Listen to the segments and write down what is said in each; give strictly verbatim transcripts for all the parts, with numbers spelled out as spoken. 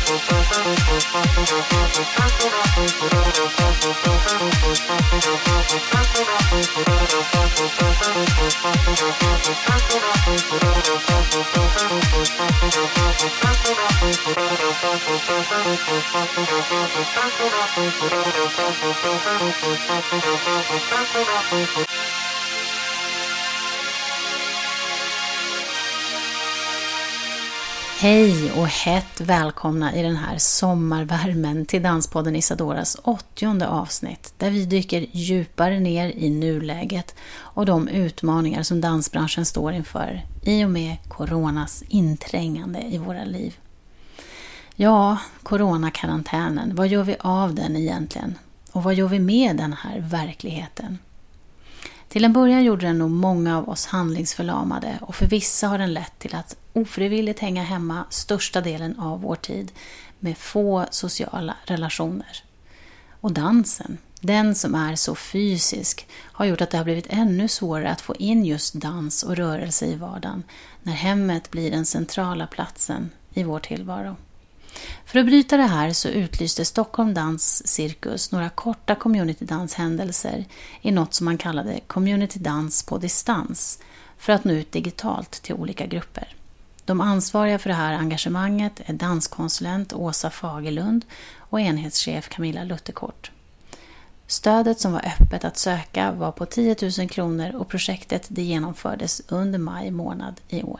Hej och hett välkomna i den här sommarvärmen till Danspodden Isadoras åttionde avsnitt, där vi dyker djupare ner i nuläget och de utmaningar som dansbranschen står inför i och med coronas inträngande i våra liv. Ja, coronakarantänen, vad gör vi av den egentligen? Och vad gör vi med den här verkligheten? Till en början gjorde den nog många av oss handlingsförlamade, och för vissa har den lett till att ofrivilligt hänga hemma största delen av vår tid med få sociala relationer. Och dansen, den som är så fysisk, har gjort att det har blivit ännu svårare att få in just dans och rörelse i vardagen när hemmet blir den centrala platsen i vår tillvaro. För att bryta det här så utlyste Stockholm Dans Cirkus några korta community-danshändelser i något som man kallade community-dans på distans för att nå ut digitalt till olika grupper. De ansvariga för det här engagemanget är danskonsulent Åsa Fagerlund och enhetschef Camilla Lutterkort. Stödet som var öppet att söka var på tio tusen kronor och projektet det genomfördes under maj månad i år.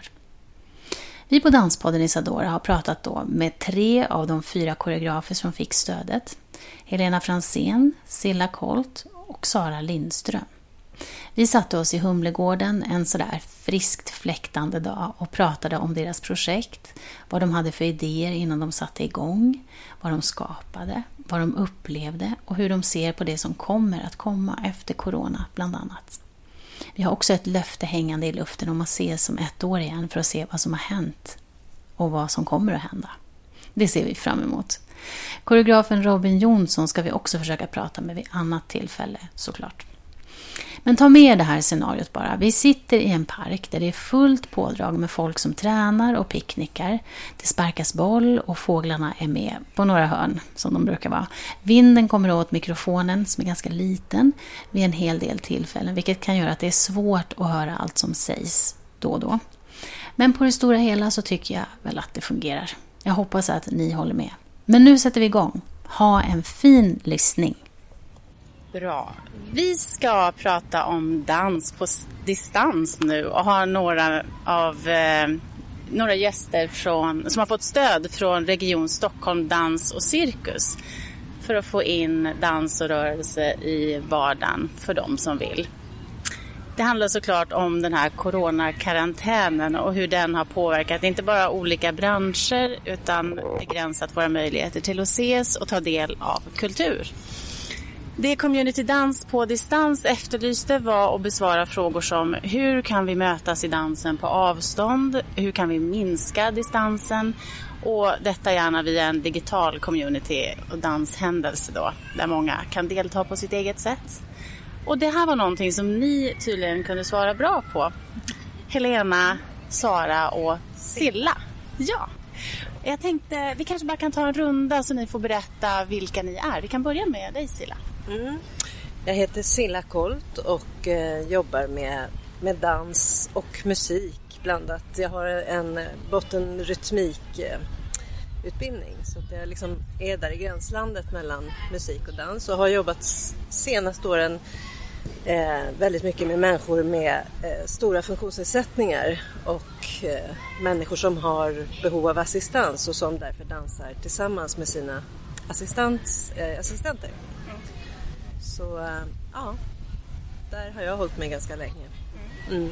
Vi på Danspodden Isadora har pratat då med tre av de fyra koreografer som fick stödet. Helena Fransén, Silla Colt och Sara Lindström. Vi satte oss i Humlegården en sådär friskt fläktande dag och pratade om deras projekt, vad de hade för idéer innan de satte igång, vad de skapade, vad de upplevde och hur de ser på det som kommer att komma efter corona bland annat. Vi har också ett löfte hängande i luften om att ses om ett år igen för att se vad som har hänt och vad som kommer att hända. Det ser vi fram emot. Koreografen Robin Jonsson ska vi också försöka prata med vid annat tillfälle såklart. Men ta med det här scenariot bara. Vi sitter i en park där det är fullt pådrag med folk som tränar och picknickar. Det sparkas boll och fåglarna är med på några hörn som de brukar vara. Vinden kommer åt mikrofonen som är ganska liten vid en hel del tillfällen, vilket kan göra att det är svårt att höra allt som sägs då och då. Men på det stora hela så tycker jag väl att det fungerar. Jag hoppas att ni håller med. Men nu sätter vi igång. Ha en fin lyssning. Bra. Vi ska prata om dans på distans nu och har några av eh, några gäster från, som har fått stöd från Region Stockholm Dans och Cirkus för att få in dans och rörelse i vardagen för de som vill. Det handlar såklart om den här coronakarantänen och hur den har påverkat inte bara olika branscher utan begränsat våra möjligheter till att ses och ta del av kultur. Det Community Dans på distans efterlyste var att besvara frågor som hur kan vi mötas i dansen på avstånd, hur kan vi minska distansen och detta gärna via en digital community och danshändelse då, där många kan delta på sitt eget sätt. Och det här var någonting som ni tydligen kunde svara bra på. Helena, Sara och Silla. Ja, jag tänkte vi kanske bara kan ta en runda så ni får berätta vilka ni är. Vi kan börja med dig Silla. Mm. Jag heter Silla Colt och eh, jobbar med, med dans och musik blandat. Jag har en bottenrytmikutbildning eh, så att jag liksom är där i gränslandet mellan musik och dans och har jobbat senaste åren eh, väldigt mycket med människor med eh, stora funktionsnedsättningar och eh, människor som har behov av assistans och som därför dansar tillsammans med sina assistans, eh, assistenter. Så äh, ja, där har jag hållit mig ganska länge. Mm.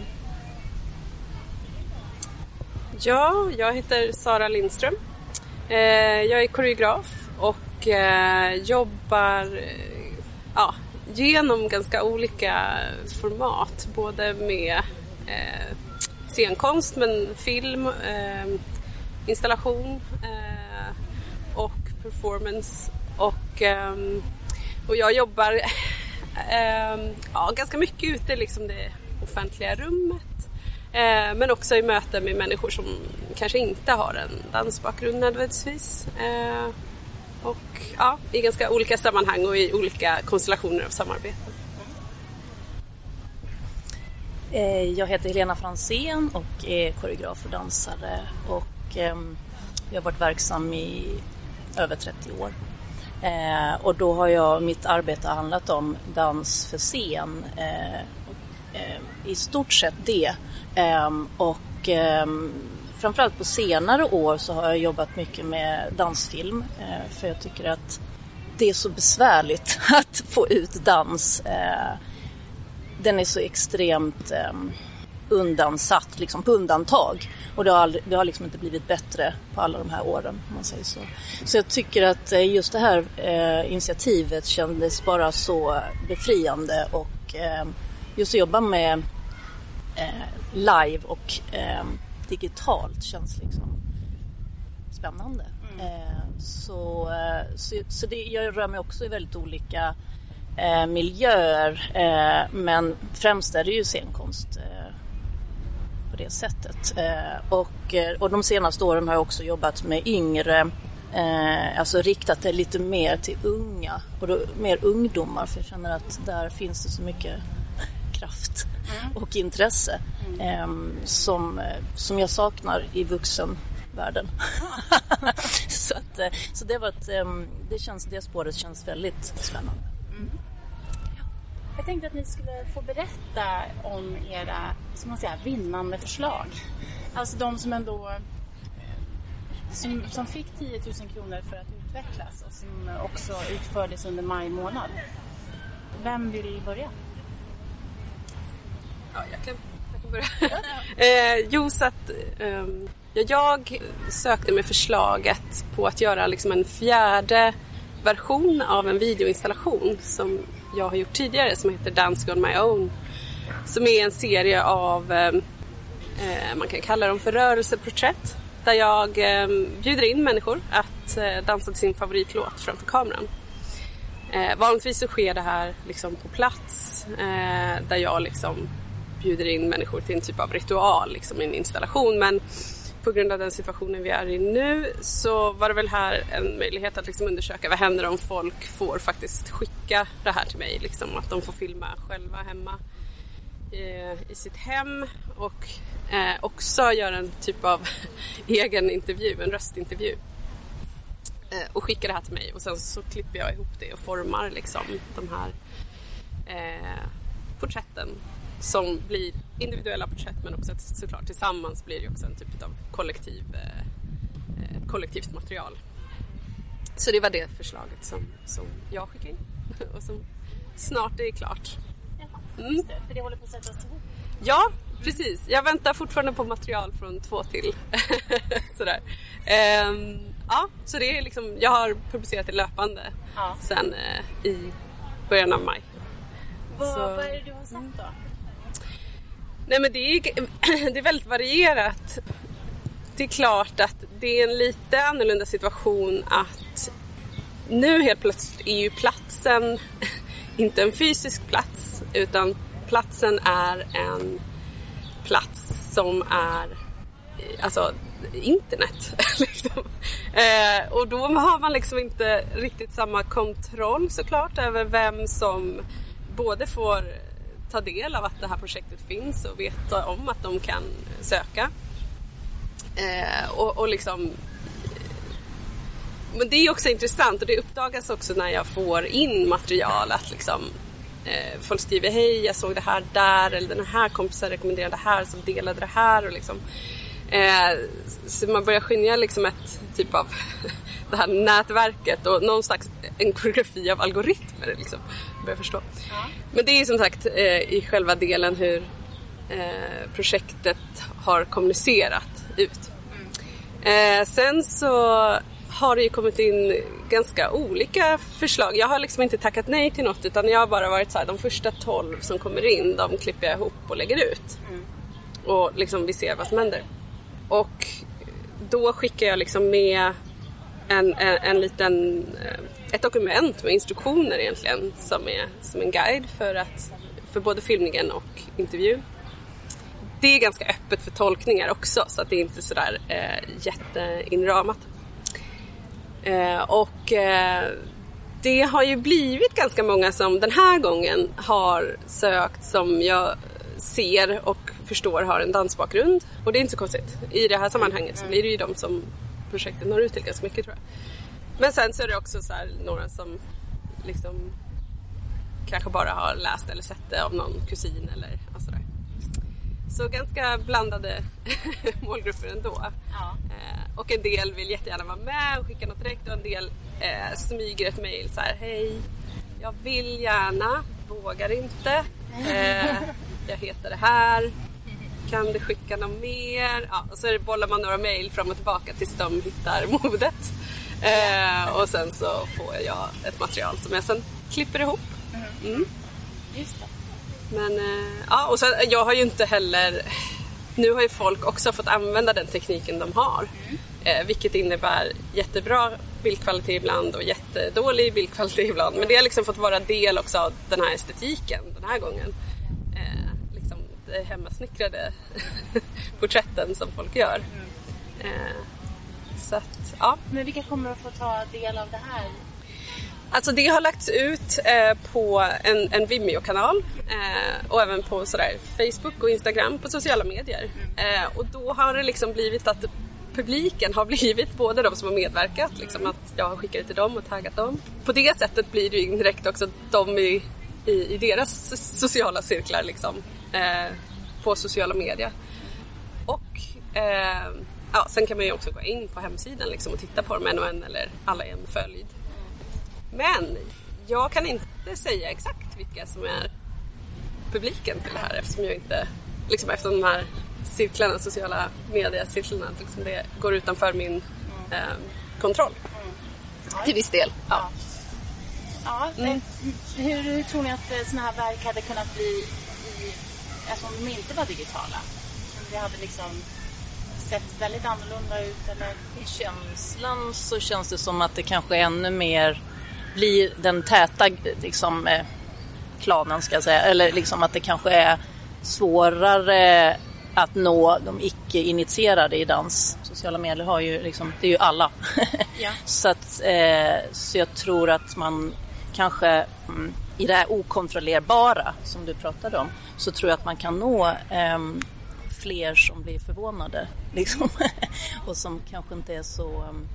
Ja, jag heter Sara Lindström. Eh, jag är koreograf och eh, jobbar eh, ja, genom ganska olika format. Både med eh, scenkonst, men film, eh, installation eh, och performance. Och... Eh, Och jag jobbar eh, ja, ganska mycket ute i liksom det offentliga rummet. Eh, men också i möten med människor som kanske inte har en dansbakgrund nödvändigtvis. Eh, och ja, i ganska olika sammanhang och i olika konstellationer av samarbete. Jag heter Helena Fransén och är koreograf och dansare och eh, jag har varit verksam i över trettio år. Eh, och då har jag, mitt arbete handlat om dans för scen, eh, eh, i stort sett det. Eh, och eh, framförallt på senare år så har jag jobbat mycket med dansfilm, eh, för jag tycker att det är så besvärligt att få ut dans. Eh, den är så extremt eh, undansatt, liksom på undantag. Och det har, aldrig, det har liksom inte blivit bättre på alla de här åren, om man säger så. Så jag tycker att just det här eh, initiativet kändes bara så befriande. Och eh, just att jobba med eh, live och eh, digitalt känns liksom spännande. Mm. Eh, så så, så det, jag rör mig också i väldigt olika eh, miljöer. Eh, men främst är det ju scenkonst. Eh, på det sättet. Eh, och, och de senaste åren har jag också jobbat med yngre, eh, alltså riktat det lite mer till unga och då, mer ungdomar, för jag känner att där finns det så mycket kraft mm. och intresse mm. eh, som, som jag saknar i vuxenvärlden. Mm. så att, så det var ett, det känns, det spåret känns väldigt spännande. Mm. Jag tänkte att ni skulle få berätta om era, som man säger, vinnande förslag. Alltså de som ändå som, som fick tio tusen kronor för att utvecklas och som också utfördes under maj månad. Vem vill börja? Ja, jag kan, jag kan börja. eh, jo, så att eh, jag sökte med förslaget på att göra liksom en fjärde version av en videoinstallation som jag har gjort tidigare, som heter Dance on My Own, som är en serie av eh, man kan kalla dem för rörelseporträtt, där jag eh, bjuder in människor att eh, dansa till sin favoritlåt framför kameran. Eh, vanligtvis så sker det här liksom på plats, eh, där jag liksom bjuder in människor till en typ av ritual liksom i en installation, men på grund av den situationen vi är i nu så var det väl här en möjlighet att liksom undersöka vad händer om folk får faktiskt skicka det här till mig. Liksom, att de får filma själva hemma eh, i sitt hem och eh, också göra en typ av egen intervju, en röstintervju. Eh, och skicka det här till mig och sen så klipper jag ihop det och formar liksom de här eh, porträtten. Som blir individuella porträtt, men också såklart tillsammans blir det också en typ av kollektiv, eh, ett kollektivt material. Så det var det förslaget som, som jag skickade in och som snart är klart. Mm. Just det, för det håller på att sättas ihop. Ja, precis. Jag väntar fortfarande på material från två till. Sådär. Ehm, ja, så det är liksom, jag har publicerat det löpande ja. sen eh, i början av maj. Vad, så, vad är det du har sagt då? Nej, men det är, det är väldigt varierat. Det är klart att det är en lite annorlunda situation att nu helt plötsligt är ju platsen inte en fysisk plats, utan platsen är en plats som är alltså internet. liksom. eh, och då har man liksom inte riktigt samma kontroll såklart över vem som både får ta del av att det här projektet finns och veta om att de kan söka. Eh, och, och liksom men det är också intressant och det uppdagas också när jag får in material att liksom eh, folk skriver hej, jag såg det här där, eller den här kompisen rekommenderade det här som delade det här och liksom eh, så man börjar skönja liksom ett typ av det här nätverket och någon slags en koreografi av algoritmer liksom, börjar förstå. Ja. Men det är som sagt eh, i själva delen hur eh, projektet har kommunicerat ut. Mm. Eh, sen så har det ju kommit in ganska olika förslag. Jag har liksom inte tackat nej till något, utan jag har bara varit så här, de första tolv som kommer in, de klipper jag ihop och lägger ut. Mm. Och liksom vi ser vad som händer. Och då skickar jag liksom med en, en, en liten, ett dokument med instruktioner egentligen som är som en guide för, att, för både filmningen och intervju. det är ganska öppet för tolkningar också, så att det är inte sådär eh, jätteinramat. Eh, och eh, det har ju blivit ganska många som den här gången har sökt, som jag ser och förstår har en dansbakgrund. Och det är inte så konstigt. I det här sammanhanget så blir det ju de som projektet når ut till ganska mycket, tror jag. Men sen så är det också så här, några som liksom kanske bara har läst eller sett det av någon kusin eller sådär. Så ganska blandade målgrupper ändå. Ja. Eh, och en del vill jättegärna vara med och skicka något direkt, och en del eh, smyger ett mejl så här: hej, jag vill gärna, vågar inte. Eh, jag heter det här. Kan du skicka något mer? Ja, och så bollar man några mejl fram och tillbaka tills de hittar modet. Eh, och sen så får jag ett material som jag sen klipper ihop. Mm. Just det. Men eh, ja, och så jag har ju inte heller, nu har ju folk också fått använda den tekniken de har, mm. eh, vilket innebär jättebra bildkvalitet ibland och jättedålig bildkvalitet ibland, men det har liksom fått vara del också av den här estetiken den här gången, eh, liksom det hemmasnickrade porträtten som folk gör. Mm. eh, så att, ja. Men vilka kommer att få ta del av det här? Alltså det har lagts ut eh, på en, en Vimeo-kanal eh, och även på sådär Facebook och Instagram, på sociala medier. Eh, och då har det liksom blivit att publiken har blivit både de som har medverkat, liksom att jag har skickat det till dem och taggat dem. På det sättet blir det ju indirekt också de i, i, i deras sociala cirklar liksom, eh, på sociala medier. Och eh, ja, sen kan man ju också gå in på hemsidan liksom, och titta på dem en och en eller alla i en följd. Men jag kan inte säga exakt vilka som är publiken till det här, eftersom jag inte, liksom efter de här cirklarna, sociala mediecirklarna, liksom det går utanför min eh, kontroll. Mm. Till viss del. Ja. Ja, mm. hur, hur tror ni att såna här verk hade kunnat bli i, alltså om de inte var digitala? Om det hade liksom sett väldigt annorlunda ut, eller? I känslan så känns det som att det kanske ännu mer blir den täta liksom, eh, klanen, ska jag säga. Eller liksom att det kanske är svårare att nå de icke-initierade i dans. Sociala medier har ju liksom, det är ju alla. Ja. så, att, eh, så jag tror att man kanske mm, i det här okontrollerbara som du pratade om, så tror jag att man kan nå eh, fler som blir förvånade. Liksom. Och som kanske inte är så um,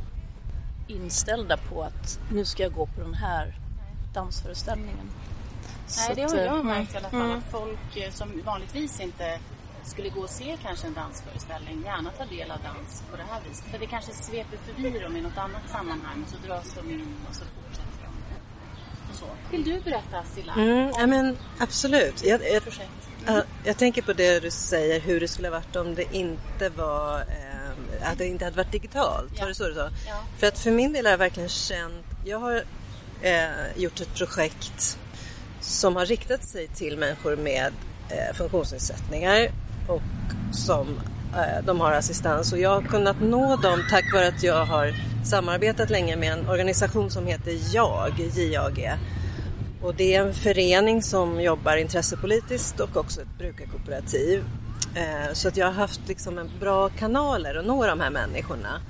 inställda på att nu ska jag gå på den här dansföreställningen. Nej, det har jag märkt i alla fall. Mm. Att folk som vanligtvis inte skulle gå och se kanske en dansföreställning gärna tar del av dans på det här viset. För det kanske sveper förbi dem i något annat sammanhang, och så dras de in och så fortsätter de. Och så. Vill du berätta, Silla? Mm, ja, men absolut. Jag, jag, jag, jag tänker på det du säger, hur det skulle ha varit om det inte var... Eh, att det inte hade varit digitalt. Ja. Var det så du sa? Ja. För att för min del har jag verkligen känt... Jag har eh, gjort ett projekt som har riktat sig till människor med eh, funktionsnedsättningar och som eh, de har assistans. Och jag har kunnat nå dem tack vare att jag har samarbetat länge med en organisation som heter JAG, J A G. Och det är en förening som jobbar intressepolitiskt och också ett brukarkooperativ. Eh, så att jag har haft liksom en bra kanaler att nå de här människorna.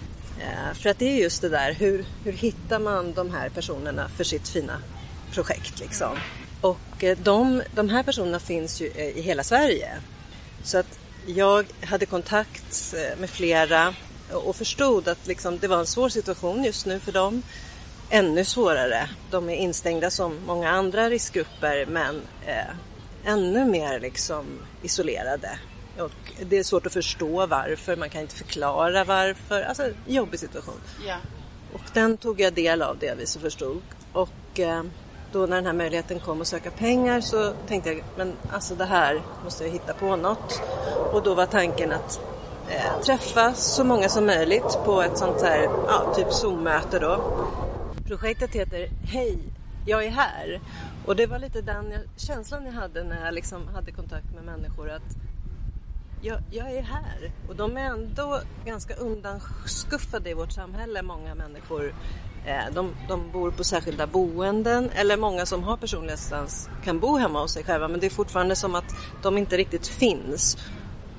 Eh, för att det är just det där, hur, hur hittar man de här personerna för sitt fina projekt liksom. Och eh, de, de här personerna finns ju i hela Sverige. Så att jag hade kontakt med flera och förstod att liksom, det var en svår situation just nu för dem. Ännu svårare. De är instängda som många andra riskgrupper, men eh, ännu mer liksom isolerade. Och det är svårt att förstå varför, man kan inte förklara varför. Alltså, jobbig situation. Ja. Och den tog jag del av, det vi så förstod. Och eh, då när den här möjligheten kom att söka pengar så tänkte jag, men alltså det här måste jag hitta på något. Och då var tanken att eh, träffa så många som möjligt på ett sånt här, ja, typ Zoom-möte då. Projektet heter Hej, jag är här. Och det var lite den jag, känslan jag hade när jag liksom hade kontakt med människor, att jag, jag är här. Och de är ändå ganska undanskuffade i vårt samhälle, många människor. Eh, de, de bor på särskilda boenden, eller många som har personlig assistans kan bo hemma hos sig själva, men det är fortfarande som att de inte riktigt finns.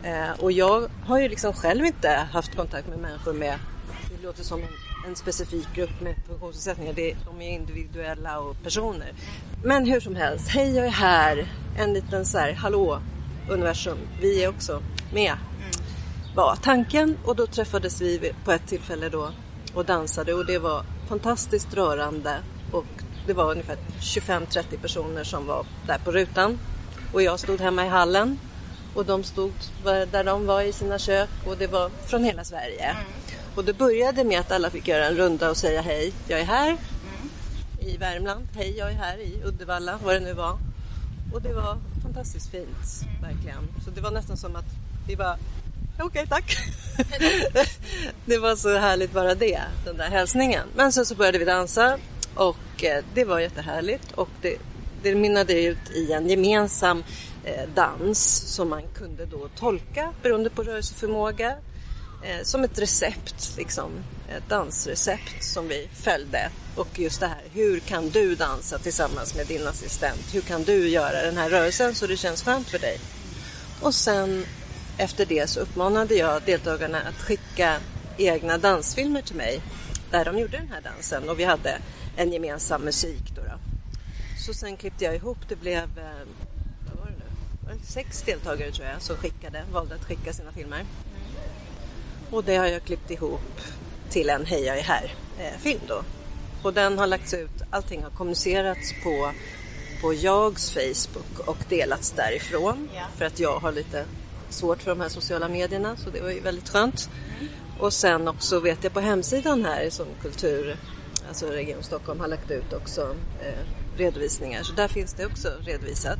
Eh, och jag har ju liksom själv inte haft kontakt med människor med, det låter som en, en specifik grupp med funktionsnedsättningar, det, de är individuella och personer. Men hur som helst, hej jag är här, en liten så här, hallå universum, vi är också med, var tanken. Och då träffades vi på ett tillfälle då och dansade och det var fantastiskt rörande och det var ungefär tjugofem till trettio personer som var där på rutan och jag stod hemma i hallen och de stod där de var i sina kök och det var från hela Sverige. Mm. Och det började med att alla fick göra en runda och säga hej, jag är här mm. i Värmland, hej jag är här i Uddevalla, vad det nu var. Och det var fantastiskt fint, mm. verkligen. Så det var nästan som att vi var okej, okay, tack. Det var så härligt bara det, den där hälsningen. Men sen så började vi dansa och eh, det var jättehärligt och det, det mynnade ut i en gemensam eh, dans som man kunde då tolka beroende på rörelseförmåga eh, som ett recept, liksom ett dansrecept som vi följde. Och just det här, hur kan du dansa tillsammans med din assistent? Hur kan du göra den här rörelsen så det känns skönt för dig? Och sen efter det så uppmanade jag deltagarna att skicka egna dansfilmer till mig där de gjorde den här dansen och vi hade en gemensam musik då. då. Så sen klippte jag ihop, det blev vad var det nu? Var det sex deltagare tror jag som skickade, valde att skicka sina filmer. Och det har jag klippt ihop till en Hej jag är här eh, film då. Och den har lagts ut, allting har kommunicerats på, på Jags Facebook och delats därifrån. Ja. För att jag har lite svårt för de här sociala medierna så det var ju väldigt skönt. Mm. Och sen också vet jag på hemsidan här som kultur, alltså Region Stockholm har lagt ut också eh, redovisningar. Så där finns det också redovisat.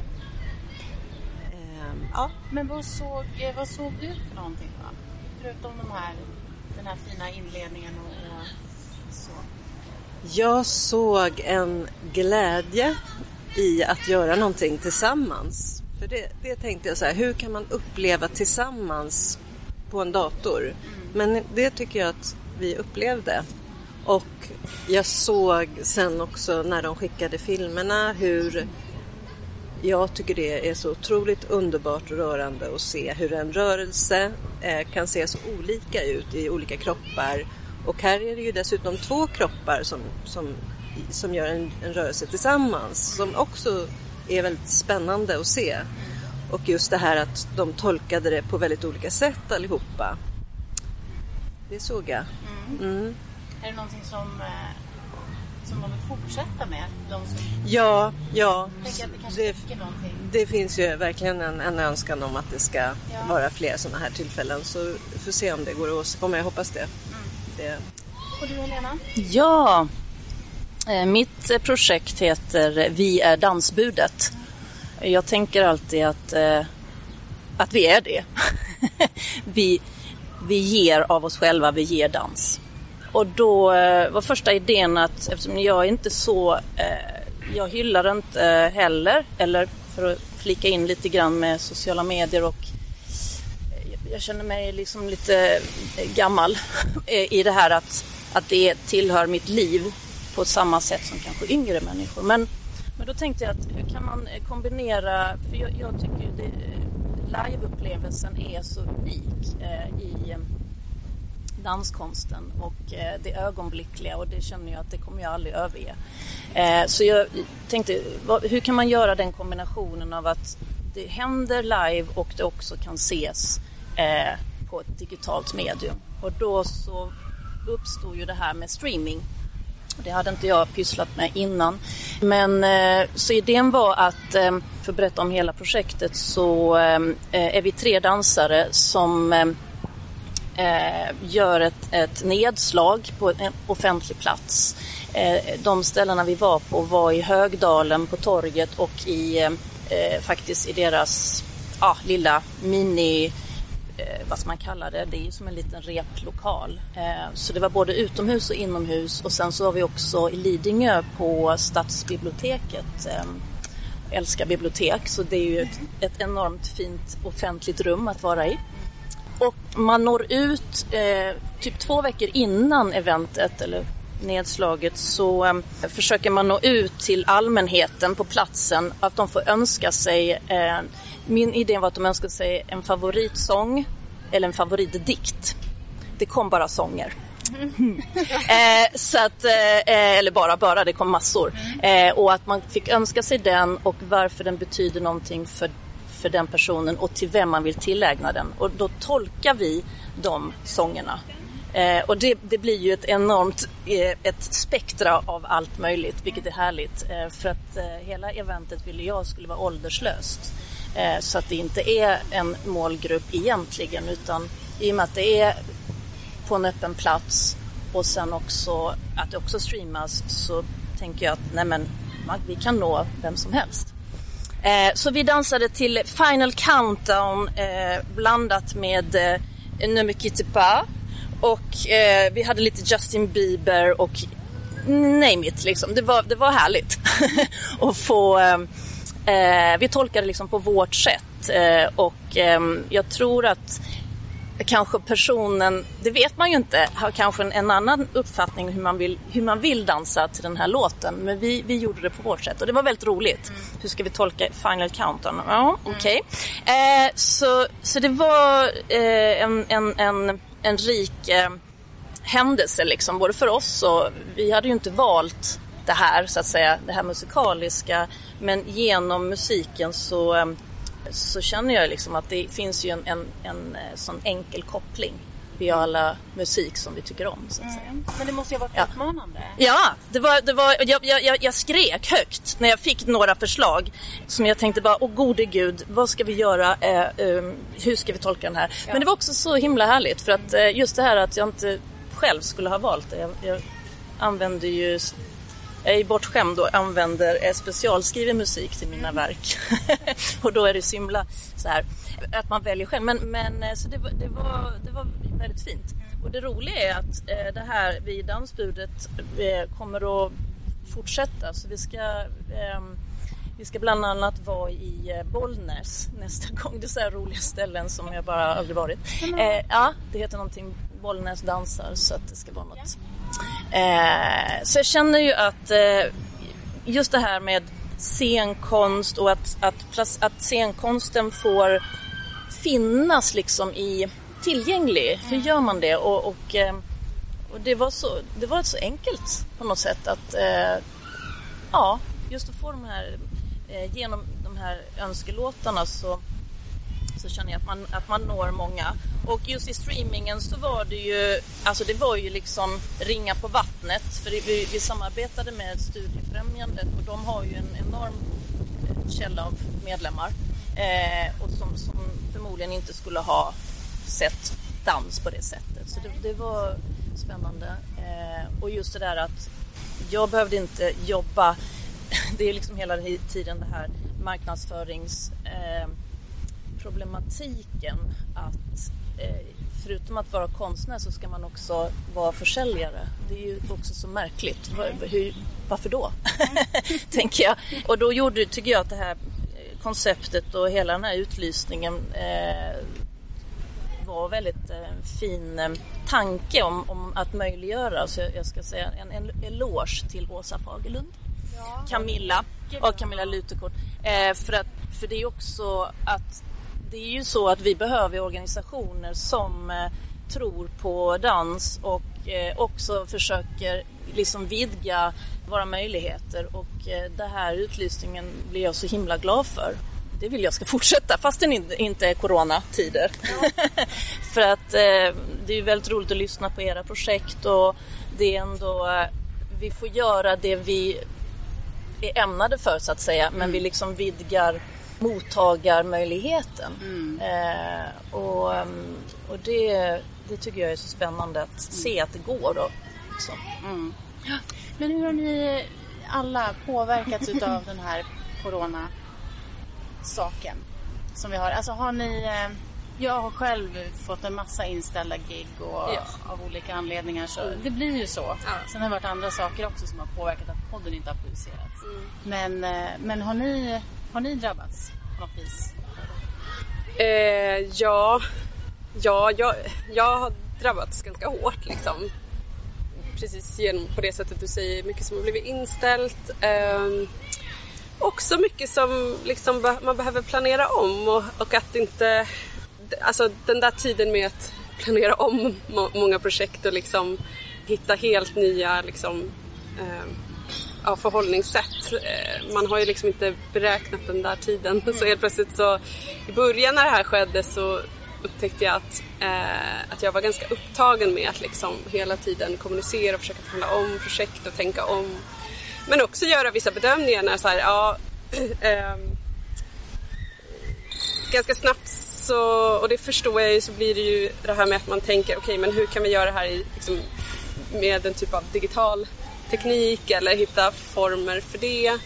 Eh, ja. Men vad såg, vad såg du för någonting då? Förutom de här, den här fina inledningen och, och så. Jag såg en glädje i att göra någonting tillsammans. För det, det tänkte jag så här, hur kan man uppleva tillsammans på en dator? Mm. Men det tycker jag att vi upplevde. Och jag såg sen också när de skickade filmerna hur jag tycker det är så otroligt underbart och rörande att se hur en rörelse eh, kan se så olika ut i olika kroppar. Och här är det ju dessutom två kroppar som, som, som gör en, en rörelse tillsammans som också är väldigt spännande att se. Och just det här att de tolkade det på väldigt olika sätt allihopa. Det såg jag. Mm. Mm. Är det någonting som, som de vill fortsätta med? De som... Ja, ja. Tänker att det kanske det, någonting. Det finns ju verkligen en, en önskan om att det ska ja. vara fler sådana här tillfällen. Så vi får se om det går att åstadkomma. Jag hoppas det. Mm. det. Och du Helena? Ja, mitt projekt heter Vi är dansbudet. Jag tänker alltid att, att vi är det. vi, vi ger av oss själva, vi ger dans. Och då var första idén att eftersom jag är inte så, jag hyllar inte heller, eller för att flika in lite grann med sociala medier och jag känner mig liksom lite gammal i det här att, att det tillhör mitt liv på samma sätt som kanske yngre människor. Men, men då tänkte jag att hur kan man kombinera, för jag, jag tycker det, liveupplevelsen är så unik eh, i danskonsten och eh, det ögonblickliga och det känner jag att det kommer jag aldrig överge. Eh, så jag tänkte, vad, hur kan man göra den kombinationen av att det händer live och det också kan ses eh, på ett digitalt medium. Och då så uppstod ju det här med streaming. Det hade inte jag pysslat med innan. Men eh, så idén var att, eh, för att berätta om hela projektet, så eh, är vi tre dansare som eh, gör ett, ett nedslag på en offentlig plats. Eh, de ställena vi var på var i Högdalen på torget och i eh, faktiskt i deras ah, lilla mini... vad ska man kalla det, det är som en liten replokal. Så det var både utomhus och inomhus och sen så var vi också i Lidingö på Stadsbiblioteket, älskar bibliotek, så det är ju ett, ett enormt fint offentligt rum att vara i. Och man når ut eh, typ två veckor innan eventet eller nedslaget så um, försöker man nå ut till allmänheten på platsen, att de får önska sig, eh, min idé var att de önskade sig en favoritsång eller en favoritdikt. Det kom bara sånger. Mm. eh, så att, eh, eller bara bara, det kom massor. Eh, och att man fick önska sig den och varför den betyder någonting för, för den personen och till vem man vill tillägna den. Och då tolkar vi de sångerna. Eh, och det, det blir ju ett enormt eh, ett spektra av allt möjligt, vilket är härligt. Eh, för att eh, hela eventet ville jag skulle vara ålderslöst. Eh, så att det inte är en målgrupp egentligen, utan i och med att det är på en öppen plats och sen också att det också streamas, så tänker jag att nej men, man, vi kan nå vem som helst. Eh, så vi dansade till Final Countdown eh, blandat med eh, Ne me quitte pas. Och eh, vi hade lite Justin Bieber och name it liksom. Det var, det var härligt att få eh, vi tolkade liksom på vårt sätt eh, och eh, jag tror att kanske personen, det vet man ju inte, har kanske en, en annan uppfattning hur man vill hur man vill dansa till den här låten, men vi vi gjorde det på vårt sätt och det var väldigt roligt. Mm. Hur ska vi tolka Final Countdown? Ja, okej. Okay. Eh, så så det var eh, en en en en rik eh, händelse liksom, både för oss och vi hade ju inte valt det här så att säga, det här musikaliska, men genom musiken så eh, så känner jag liksom att det finns ju en, en, en sån enkel koppling via alla musik som vi tycker om så att säga. Mm. Men det måste ju ha varit utmanande. Ja, det var, det var, jag, jag, jag skrek högt när jag fick några förslag som jag tänkte bara, åh gode gud, vad ska vi göra, eh, um, hur ska vi tolka den här? Ja. Men det var också så himla härligt för att eh, just det här att jag inte själv skulle ha valt det. Jag, jag använder ju, jag är bortskämd och använder specialskriven musik till mina mm. verk. Och då är det himla så här att man väljer själv. Men, men så det var, det, var, det var väldigt fint. Och det roliga är att eh, det här vid dansbudet eh, kommer att fortsätta. Så vi ska, eh, vi ska bland annat vara i eh, Bollnäs nästa gång. Det är så här roliga ställen som jag bara aldrig varit. Eh, ja, det heter någonting Bollnäs dansar, så att det ska vara något. Eh, så jag känner ju att eh, just det här med scenkonst och att, att, att scenkonsten får finnas liksom i tillgänglig. Hur gör man det? Och, och, och det var så det var så enkelt på något sätt att eh, ja, just att få de här eh, genom de här önskelåtarna så så känner jag att man att man når många. Och just i streamingen så var det ju alltså det var ju liksom ringa på vattnet, för vi, vi samarbetade med Studiefrämjandet och de har ju en enorm källa av medlemmar eh, och som, som förmodligen inte skulle ha sett dans på det sättet. Så det, det var spännande. Eh, och just det där att jag behövde inte jobba, det är liksom hela tiden det här marknadsförings eh, problematiken att eh, förutom att vara konstnär så ska man också vara försäljare. Det är ju också så märkligt. Var, hur, varför då? Tänker jag. Och då gjorde, tycker jag att det här konceptet och hela den här utlysningen eh, var väldigt eh, fin eh, tanke om, om att möjliggöra. Så jag, jag ska säga en, en eloge till Åsa Fagerlund, ja, Camilla och Camilla Lutekort. Eh, för, att, för det är också att det är ju så att vi behöver organisationer som eh, tror på dans och eh, också försöker liksom vidga våra möjligheter. Och eh, det här utlysningen blir jag så himla glad för. Det vill jag ska fortsätta fast det inte är coronatider. Ja. För att eh, det är väldigt roligt att lyssna på era projekt och det är ändå eh, vi får göra det vi är ämnade för så att säga, mm. men vi liksom vidgar mottagarmöjligheten. Mm. Eh, och och det, det tycker jag är så spännande att mm. se att det går då. Liksom. Mm. Ja. Men hur har ni alla påverkats av den här corona saken som vi har? Alltså har ni jag har själv fått en massa inställda gig och yes. av olika anledningar så mm. det blir ju så. Ja. Sen har det varit andra saker också som har påverkat att podden inte har publicerats. Mm. Men, men har ni har ni drabbats på något vis? Eh, ja, ja jag, jag har drabbats ganska hårt liksom. precis genom på det sättet du säger, mycket som har blivit inställt. Um, också mycket som liksom be- man behöver planera om och, och att inte, alltså den där tiden med att planera om må- många projekt och liksom hitta helt nya liksom, um, ja, förhållningssätt. Uh, man har ju liksom inte beräknat den där tiden. Mm. Så helt plötsligt så i början när det här skedde så upptäckte jag att, eh, att jag var ganska upptagen med att liksom hela tiden kommunicera och försöka förhandla om projekt och tänka om. Men också göra vissa bedömningar när så här, ja, eh, ganska snabbt så, och det förstår jag ju, så blir det ju det här med att man tänker, okej, okay, men hur kan vi göra det här i, liksom, med en typ av digital teknik eller hitta former för det.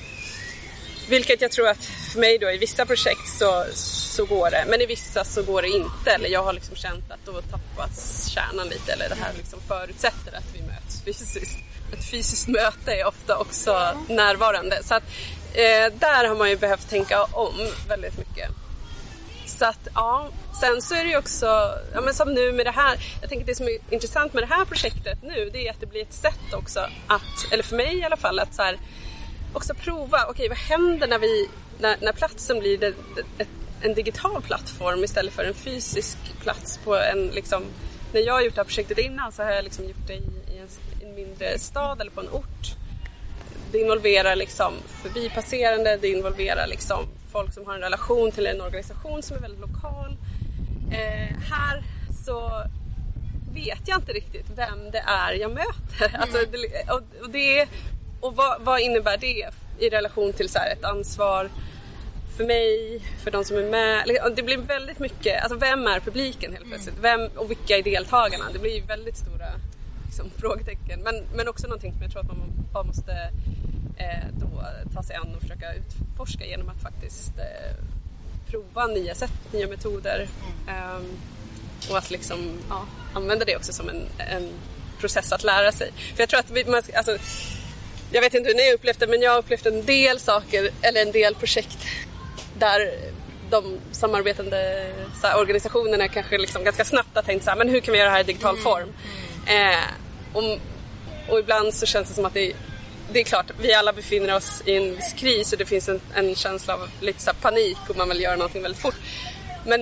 Vilket jag tror att för mig då i vissa projekt så, så går det, men i vissa så går det inte. Eller jag har liksom känt att då tappats kärnan lite, eller det här liksom förutsätter att vi möts fysiskt. Ett fysiskt möte är ofta också närvarande. Så att eh, där har man ju behövt tänka om väldigt mycket. Så att ja, sen så är det ju också, ja men som nu med det här, jag tänker att det som är intressant med det här projektet nu, det är att det blir ett sätt också att, eller för mig i alla fall, att så här, också prova, okej okay, vad händer när vi när, när platsen blir det, det, en digital plattform istället för en fysisk plats på en liksom, när jag har gjort det här projektet innan så har jag liksom gjort det i, i en, en mindre stad eller på en ort. Det involverar liksom förbipasserande, det involverar liksom folk som har en relation till en organisation som är väldigt lokal. Eh, här så vet jag inte riktigt vem det är jag möter. Mm. Alltså, det, och, och, det, och vad, vad innebär det i relation till så här, ett ansvar för mig, för de som är med. Det blir väldigt mycket, alltså vem är publiken helt plötsligt? Vem, och vilka är deltagarna? Det blir ju väldigt stora liksom, frågetecken. Men, men också någonting som jag tror att man bara måste eh, då, ta sig an och försöka utforska genom att faktiskt eh, prova nya sätt, nya metoder. Um, och att liksom, ja, använda det också som en, en process att lära sig. För jag tror att vi, man, alltså, jag vet inte hur ni upplevt det, men jag har upplevt en del saker, eller en del projekt där de samarbetande så här, organisationerna kanske liksom ganska snabbt har tänkt så här, men hur kan vi göra det här i digital form? Mm. Eh, och, och ibland så känns det som att det, det är klart, vi alla befinner oss i en kris och det finns en, en känsla av lite så här, panik och man vill göra någonting väldigt fort. Men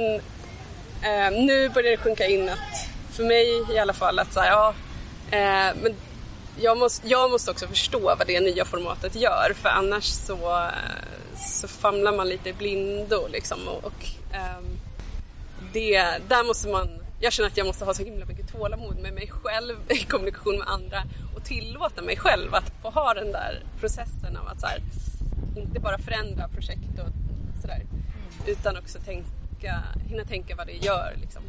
eh, nu börjar det sjunka in att, för mig i alla fall, att så här, ja, eh, men jag måste, jag måste också förstå vad det nya formatet gör, för annars så, så famlar man lite i blindo liksom, och, och um, det, där måste man, jag känner att jag måste ha så himla mycket tålamod med mig själv i kommunikation med andra och tillåta mig själv att få ha den där processen av att så här, inte bara förändra projekt och sådär, mm. utan också tänka, hinna tänka vad det gör liksom.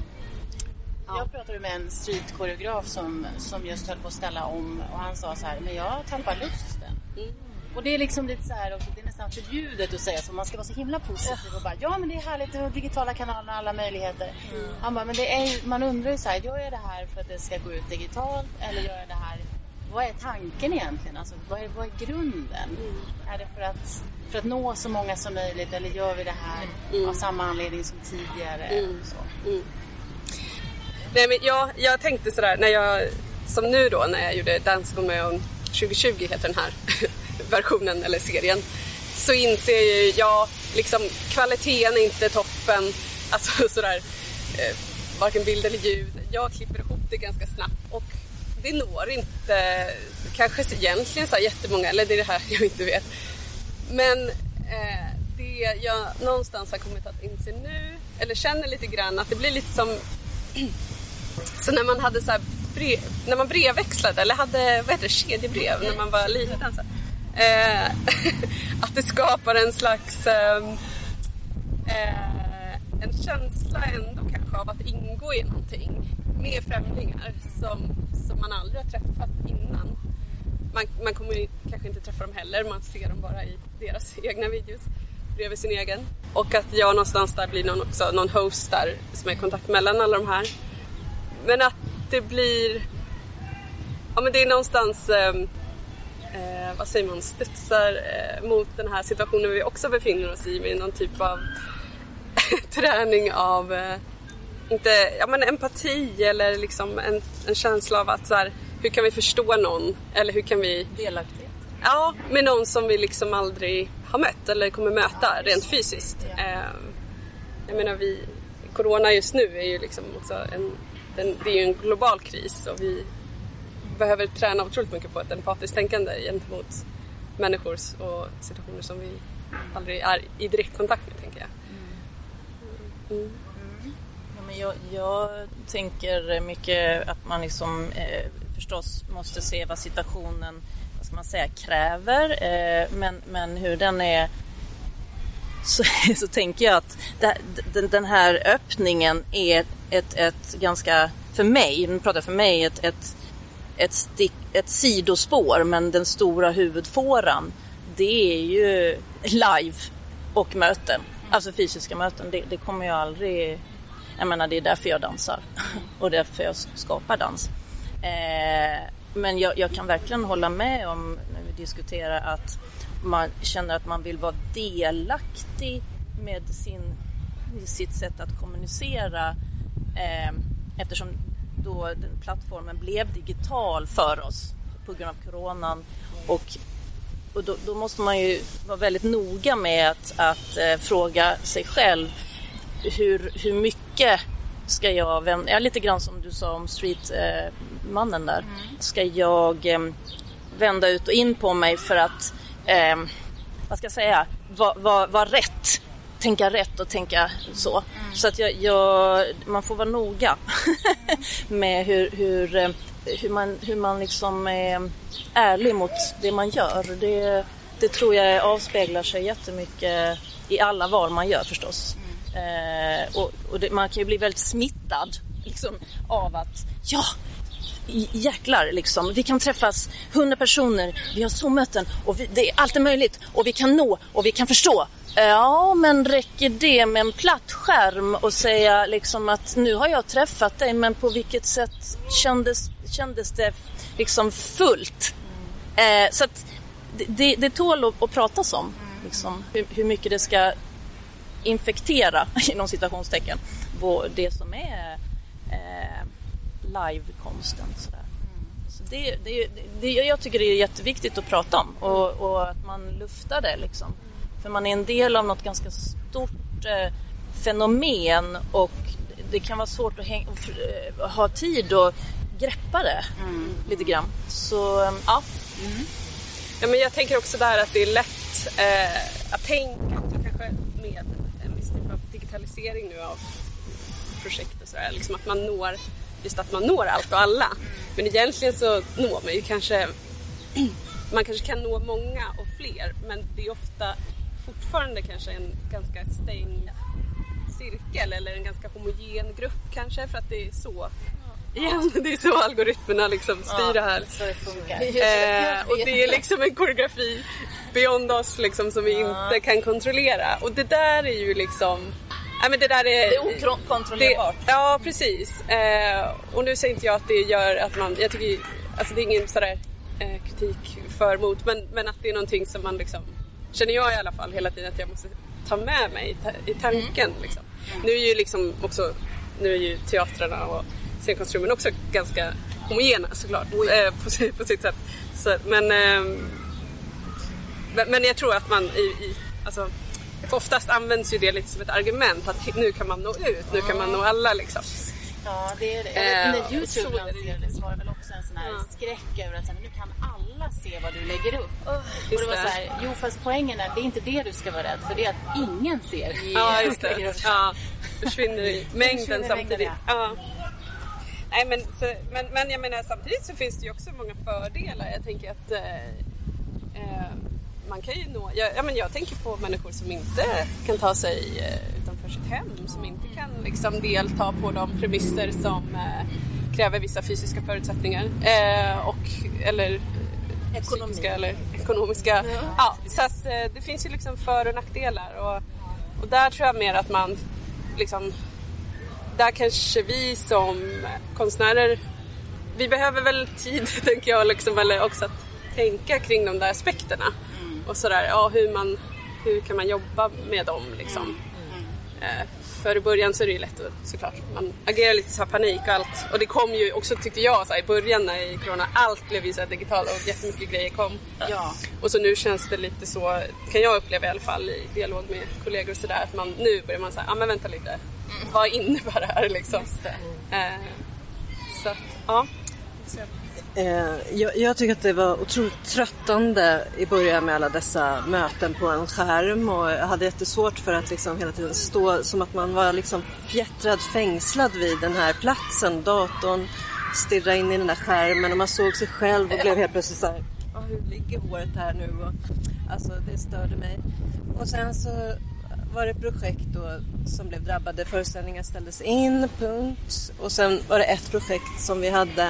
Jag pratade med en streetkoreograf som, som just höll på att ställa om, och han sa så här, men jag tappar lusten. Mm. Och det är liksom lite så här också, det är nästan förbjudet att säga så, man ska vara så himla positiv och bara, ja men det är härligt, och digitala kanaler och alla möjligheter. Mm. Han bara, men det är ju, man undrar ju så här, gör jag det här för att det ska gå ut digitalt, eller gör jag det här, vad är tanken egentligen? Alltså, vad är, vad är grunden? Mm. Är det för att, för att nå så många som möjligt, eller gör vi det här mm. av samma anledning som tidigare? Mm. Så. Mm. Nej, men jag, jag tänkte sådär, när jag, som nu då, när jag gjorde Dance Gomeo tjugo tjugo heter den här versionen eller serien, så inser ju jag liksom kvaliteten är inte toppen, alltså sådär, eh, varken bild eller ljud. Jag klipper ihop det ganska snabbt och det når inte kanske egentligen så här jättemånga, eller det är det här jag inte vet. Men eh, det jag någonstans har kommit att inse nu, eller känner lite grann, att det blir lite som så när man hade så här brev, när man brevväxlade eller hade, vad heter det, kedjebrev när man var liten så eh, att det skapar en slags eh, en känsla ändå kanske av att ingå i någonting med främlingar som, som man aldrig har träffat innan. Man, man kommer ju kanske inte träffa dem heller, man ser dem bara i deras egna videos bredvid sin egen. Och att jag någonstans där blir någon, också, någon host där som är i kontakt mellan alla de här. Men att det blir, ja men det är någonstans, eh, eh, vad säger man, studsar eh, mot den här situationen vi också befinner oss i, med någon typ av träning av, eh, inte, ja men empati eller liksom en, en känsla av att så här, hur hur kan vi förstå någon? Eller hur kan vi... Delaktighet. Ja, med någon som vi liksom aldrig har mött eller kommer möta rent fysiskt. Ja. Jag menar, vi... Corona just nu är ju liksom också en... Den, det är ju en global kris och vi behöver träna otroligt mycket på ett empatiskt tänkande gentemot människor och situationer som vi aldrig är i direkt kontakt med, tänker jag. Mm. Mm. Ja, men jag, jag tänker mycket att man liksom eh, förstås måste se vad situationen, vad ska man säga, kräver, eh, men, men hur den är, så, så tänker jag att det, den, den här öppningen är ett, ett ganska, för mig, nu pratar jag för mig, ett, ett, ett, stick, ett sidospår, men den stora huvudfåran, det är ju live och möten, alltså fysiska möten. Det, det kommer jag aldrig, jag menar, det är därför jag dansar och därför jag skapar dans. Eh, men jag, jag kan verkligen hålla med om, när vi diskuterar, att man känner att man vill vara delaktig med sin, sitt sätt att kommunicera, eh, eftersom då den plattformen blev digital för oss på grund av coronan, och, och då, då måste man ju vara väldigt noga med att, att eh, fråga sig själv hur, hur mycket ska jag vända, ja, lite grann som du sa om streetmannen eh, där, mm. ska jag eh, vända ut och in på mig för att eh, vad ska jag säga, vara var, var rätt, tänka rätt och tänka så. Mm. Så att jag, jag, man får vara noga med hur, hur, hur, man, hur man liksom är ärlig mot det man gör. Det, det tror jag avspeglar sig jättemycket i alla val man gör, förstås. Mm. Eh, och och det, man kan ju bli väldigt smittad liksom, av att ja, jäklar liksom, vi kan träffas hundra personer, vi har Zoom-möten och vi, det är allt är möjligt och vi kan nå och vi kan förstå. Ja, men räcker det med en platt skärm och säga liksom att nu har jag träffat dig, men på vilket sätt kändes, kändes det liksom fullt? Eh, så att det, det tål att, att pratas om liksom, hur, hur mycket det ska infektera inom citationstecken på det som är eh, live-konsten. Sådär. Så det, det, det, jag tycker det är jätteviktigt att prata om och, och att man luftar det liksom. För man är en del av något ganska stort eh, fenomen och det kan vara svårt att häng, uh, ha tid och greppa det mm. lite grann. Så um, ja. Mm. Ja, men jag tänker också där att det är lätt eh, att tänka också kanske med en viss typ av digitalisering nu av projekt och sådär. Liksom att man når, just att man når allt och alla. Men egentligen så når man ju kanske, man kanske kan nå många och fler, men det är ofta fortfarande kanske en ganska stängd cirkel eller en ganska homogen grupp kanske, för att det är så igen, det är så algoritmerna liksom styr det här. Så det funkar. Eh, och det är liksom en koreografi beyond oss liksom, som vi inte kan kontrollera. Och det där är ju liksom ja, men det där är, det är okontrollerbart. Det, ja, precis. Eh, och nu säger inte jag att det gör att man, jag tycker alltså det är ingen sådär eh, kritik för mot, men, men att det är någonting som man liksom, känner jag i alla fall hela tiden att jag måste ta med mig i tanken mm. liksom. Nu är ju liksom också, nu är ju teatrarna och scenkonstrummen också ganska homogena såklart eh, på, på sitt sätt. Så, men, eh, men jag tror att man i, i alltså, oftast används ju det lite som ett argument att nu kan man nå ut, nu kan man nå alla liksom. Ja, det är det. Eh, När YouTube lanserades var det väl också en sån här ja. skräck över att nu kan alla se vad du lägger upp. Oh, och det var så här, jo fast poängen är, det är inte det du ska vara rädd för, det är att ingen ser. Ja, just det. Ja, försvinner i mängden samtidigt. Ja. Nej, men, så, men, men jag menar samtidigt så finns det ju också många fördelar. Jag tänker att eh, eh, man kan ju nå, jag, ja, men jag tänker på människor som inte kan ta sig eh, utanför sitt hem, som inte kan liksom delta på de premisser som eh, kräver vissa fysiska förutsättningar eh, och eller ekonomiska eller ekonomiska. Ja, ja, så att eh, det finns ju liksom för- och nackdelar och, och där tror jag mer att man liksom, där kanske vi som konstnärer, vi behöver väl tid tänker jag liksom, eller också att tänka kring de där aspekterna mm. och sådär, ja hur man, hur kan man jobba med dem liksom mm. Mm. för i början så är det ju lätt att, såklart, man agerar lite så här panik och allt. Och det kom ju också, tyckte jag, så här, i början när i corona, allt blev ju så här digitalt och jättemycket grejer kom. Ja. Och så nu känns det lite så, kan jag uppleva i alla fall i dialog med kollegor och sådär, att man, nu börjar man säga, ja ah, men vänta lite, mm. vad innebär det här liksom? Det. Eh, så att, ja. Jag, jag tycker att det var otroligt tröttande i början med alla dessa möten på en skärm, och jag hade jättesvårt för att liksom hela tiden stå som att man var liksom fjättrad, fängslad vid den här platsen, datorn, stirra in i den där skärmen, och man såg sig själv och blev helt plötsligt så här, ah, hur ligger håret här nu? Och, alltså det störde mig. Och sen så var det ett projekt då som blev drabbade, föreställningar ställdes in, punkt. Och sen var det ett projekt som vi hade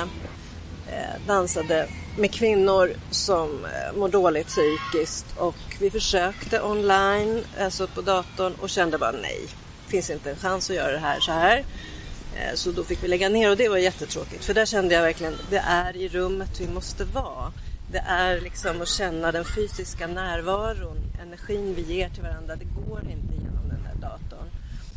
dansade med kvinnor som mår dåligt psykiskt, och vi försökte online, alltså på datorn, och kände bara nej, finns inte en chans att göra det här så här. Så då fick vi lägga ner, och det var jättetråkigt, för där kände jag verkligen, det är i rummet vi måste vara. Det är liksom att känna den fysiska närvaron, energin vi ger till varandra, det går inte genom den där datorn.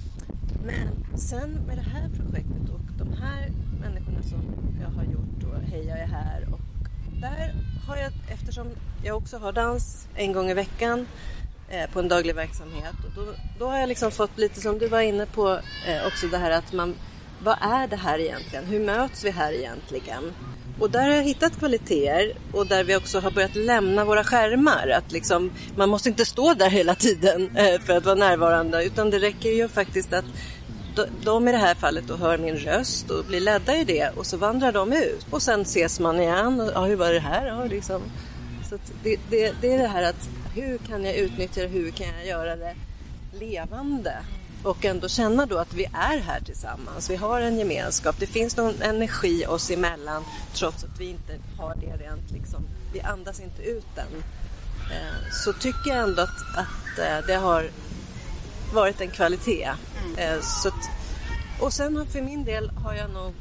Men sen med det här projektet och de här människorna som jag har gjort, och hej jag är här, och där har jag, eftersom jag också har dans en gång i veckan eh, på en daglig verksamhet, och då, då har jag liksom fått lite, som du var inne på, eh, också det här att man, vad är det här egentligen? Hur möts vi här egentligen? Och där har jag hittat kvaliteter, och där vi också har börjat lämna våra skärmar. Att liksom, man måste inte stå där hela tiden eh, för att vara närvarande, utan det räcker ju faktiskt att de, de i det här fallet då hör min röst och blir ledda i det, och så vandrar de ut. Och sen ses man igen, och ja, hur var det här? Ja, liksom. Så att det, det, det är det här att hur kan jag utnyttja det, hur kan jag göra det levande? Och ändå känna då att vi är här tillsammans. Vi har en gemenskap. Det finns någon energi oss emellan, trots att vi inte har det rent liksom. Vi andas inte ut den. Så tycker jag ändå att, att det har varit en kvalitet. Mm. Så att, och sen för min del har jag nog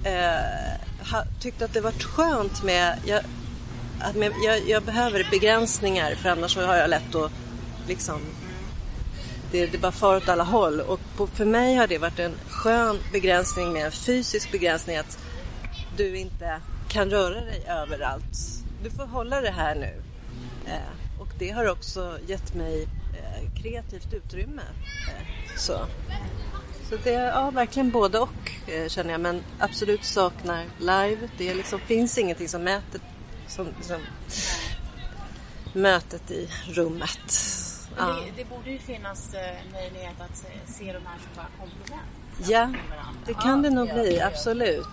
eh, ha, tyckt att det varit skönt med... Jag, att med jag, jag behöver begränsningar, för annars har jag lätt att liksom... Det, det bara far åt alla håll, och på, för mig har det varit en skön begränsning med en fysisk begränsning, att du inte kan röra dig överallt. Du får hålla det här nu. Eh, och det har också gett mig eh, kreativt utrymme. Eh, så så det är ja, verkligen både och, eh, känner jag, men absolut saknar live. Det liksom, finns ingenting som mäter som, som mötet i rummet. Men det, det borde ju finnas eh, möjlighet att se, se de här som bara komplement. Ja, det kan ja, det nog ja, bli, ja. Absolut.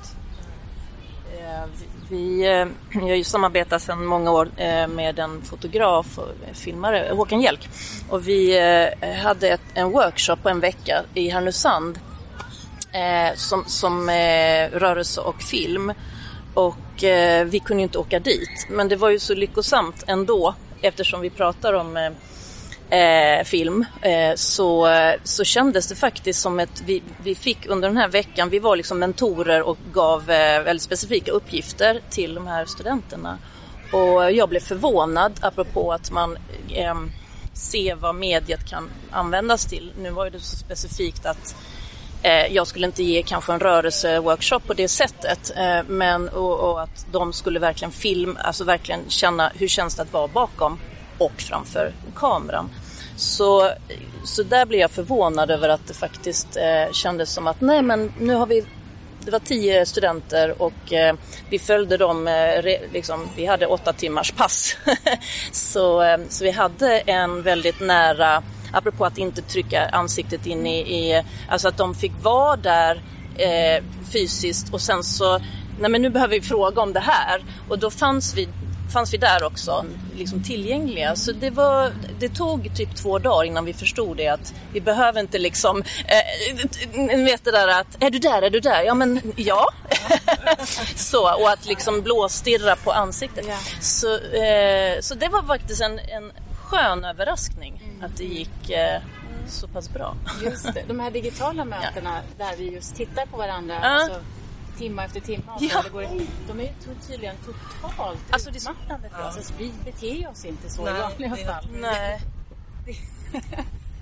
Vi, vi har ju samarbetat sedan många år med en fotograf och filmare, Håkan Jelk. Och vi hade ett, en workshop på en vecka i Härnösand eh, som, som eh, rörelse och film. Och eh, vi kunde inte åka dit. Men det var ju så lyckosamt ändå, eftersom vi pratar om... Eh, Eh, film eh, så, så kändes det faktiskt som att vi, vi fick under den här veckan, vi var liksom mentorer och gav eh, väldigt specifika uppgifter till de här studenterna, och jag blev förvånad apropå att man eh, ser vad mediet kan användas till. Nu var det så specifikt att eh, jag skulle inte ge kanske en rörelseworkshop på det sättet, eh, men och, och att de skulle verkligen film, alltså verkligen känna hur känns det att vara bakom och framför kameran. Så, så där blev jag förvånad över att det faktiskt eh, kändes som att nej, men nu har vi, det var tio studenter och eh, vi följde dem, eh, re, liksom, vi hade åtta timmars pass. så, eh, så vi hade en väldigt nära, apropå att inte trycka ansiktet in i, i alltså att de fick vara där eh, fysiskt, och sen så, nej men nu behöver vi fråga om det här, och då fanns vi fanns vi där också, liksom tillgängliga. Så det var, det tog typ två dagar innan vi förstod det, att vi behöver inte liksom äh, vet det där att, är du där, är du där? Ja men, ja. Så, och att liksom blåstirra på ansiktet. Ja. Så, äh, så det var faktiskt en, en skön överraskning mm. att det gick äh, så pass bra. Just det, de här digitala mötena ja. Där vi just tittar på varandra, ja. Alltså, timma efter timma. Ja. Det går, de är ju tydligen totalt alltså, utmattande för oss. Ja. Alltså, vi beter oss inte så nej, i vanliga det, fall. Nej.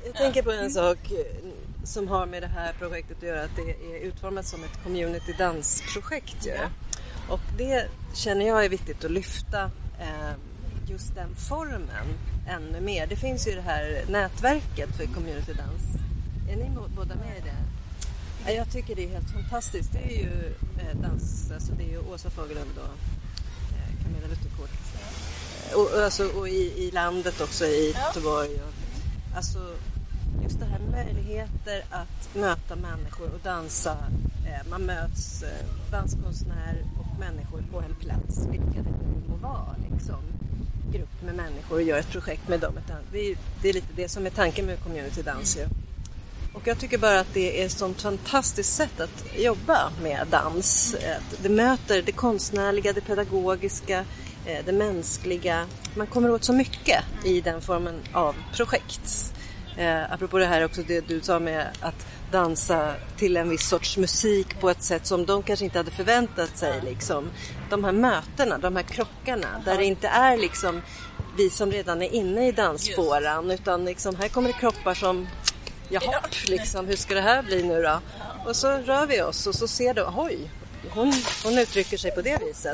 Jag tänker på en sak som har med det här projektet att göra, att det är utformat som ett community-dansprojekt. Ja. Och det känner jag är viktigt att lyfta eh, just den formen ännu mer. Det finns ju det här nätverket för community-dans. Är ni båda med i det? Jag tycker det är helt fantastiskt. Det är ju eh, dans, alltså det är ju Åsa Fagerlund och eh, Camilla Lutterkort. Och, alltså, och i, i landet också, i Göteborg. Och, alltså just det här möjligheter att möta människor och dansa. Eh, man möts eh, danskonstnär och människor på en plats, vilka det må vara liksom. Grupp med människor och gör ett projekt med dem. Det är, det är lite det som är tanken med community-dans. Mm. Och jag tycker bara att det är ett sånt fantastiskt sätt att jobba med dans. Det möter det konstnärliga, det pedagogiska, det mänskliga. Man kommer åt så mycket i den formen av projekt. Eh, apropå det här också, det du sa med att dansa till en viss sorts musik på ett sätt som de kanske inte hade förväntat sig. Liksom. De här mötena, de här krockarna, där det inte är liksom vi som redan är inne i dansspåran, utan liksom, här kommer det kroppar som jaha, liksom, hur ska det här bli nu då? Och så rör vi oss och så ser du, oj, hon, hon uttrycker sig på det viset.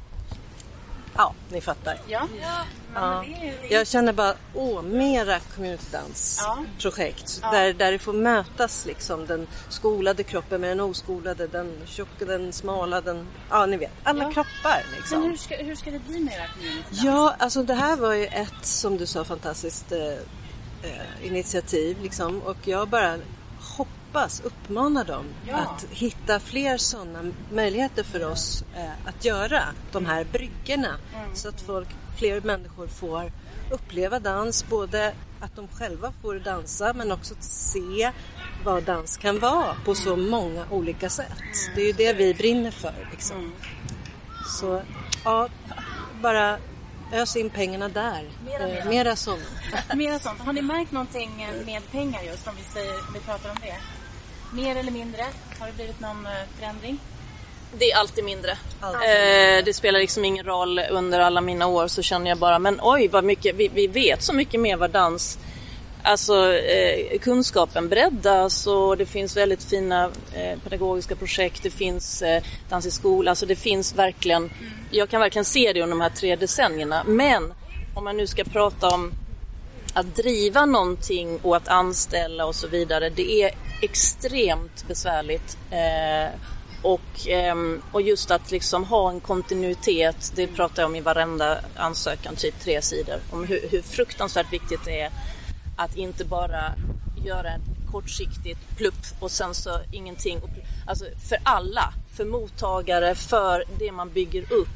Ja, ni fattar. Ja. Ja. Jag känner bara, åh, mera community-dans-projekt. Ja. Där, där det får mötas liksom den skolade kroppen med den oskolade, den tjocka, den smala, den, ja ni vet, alla ja. kroppar liksom. Men hur ska, hur ska det bli mera community-dans? Ja, alltså det här var ju ett, som du sa, fantastiskt eh, eh, initiativ liksom. Och jag bara hoppas, uppmanar dem ja. att hitta fler sådana möjligheter för oss eh, att göra de här bryggorna. Mm. Så att folk, fler människor får uppleva dans, både att de själva får dansa men också att se vad dans kan vara på så många olika sätt. Det är ju det vi brinner för liksom. Mm. Så ja, bara ös in pengarna där. Mera, mera. mera sånt. Mera sånt. Har ni märkt någonting med pengar just om vi, säger, vi pratar om det? Mer eller mindre? Har det blivit någon förändring? Det är alltid mindre. Alltid. Eh, det spelar liksom ingen roll. Under alla mina år så känner jag bara, men oj vad mycket, vi, vi vet så mycket mer vad dans, alltså eh, kunskapen breddas och det finns väldigt fina eh, pedagogiska projekt, det finns eh, dans i skola, alltså det finns verkligen, mm. jag kan verkligen se det under de här tre decennierna, men om man nu ska prata om att driva någonting och att anställa och så vidare, det är extremt besvärligt. Eh, och, eh, och just att liksom ha en kontinuitet, det pratar jag om i varenda ansökan, typ tre sidor, om hur, hur fruktansvärt viktigt det är att inte bara göra en kortsiktigt plupp och sen så ingenting. Alltså för alla, för mottagare, för det man bygger upp.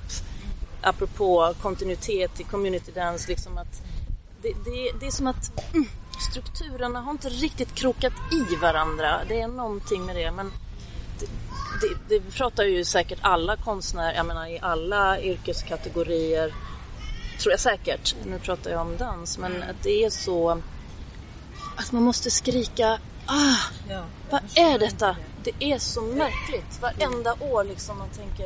Apropå kontinuitet i community dance, liksom att det, det, det är som att mm, strukturerna har inte riktigt krokat i varandra. Det är någonting med det, men det, det, det pratar ju säkert alla konstnärer, jag menar i alla yrkeskategorier, tror jag säkert. Nu pratar jag om dans, men att det är så att man måste skrika, ah, ja, vad är detta? Det är så märkligt. Varenda år liksom man tänker,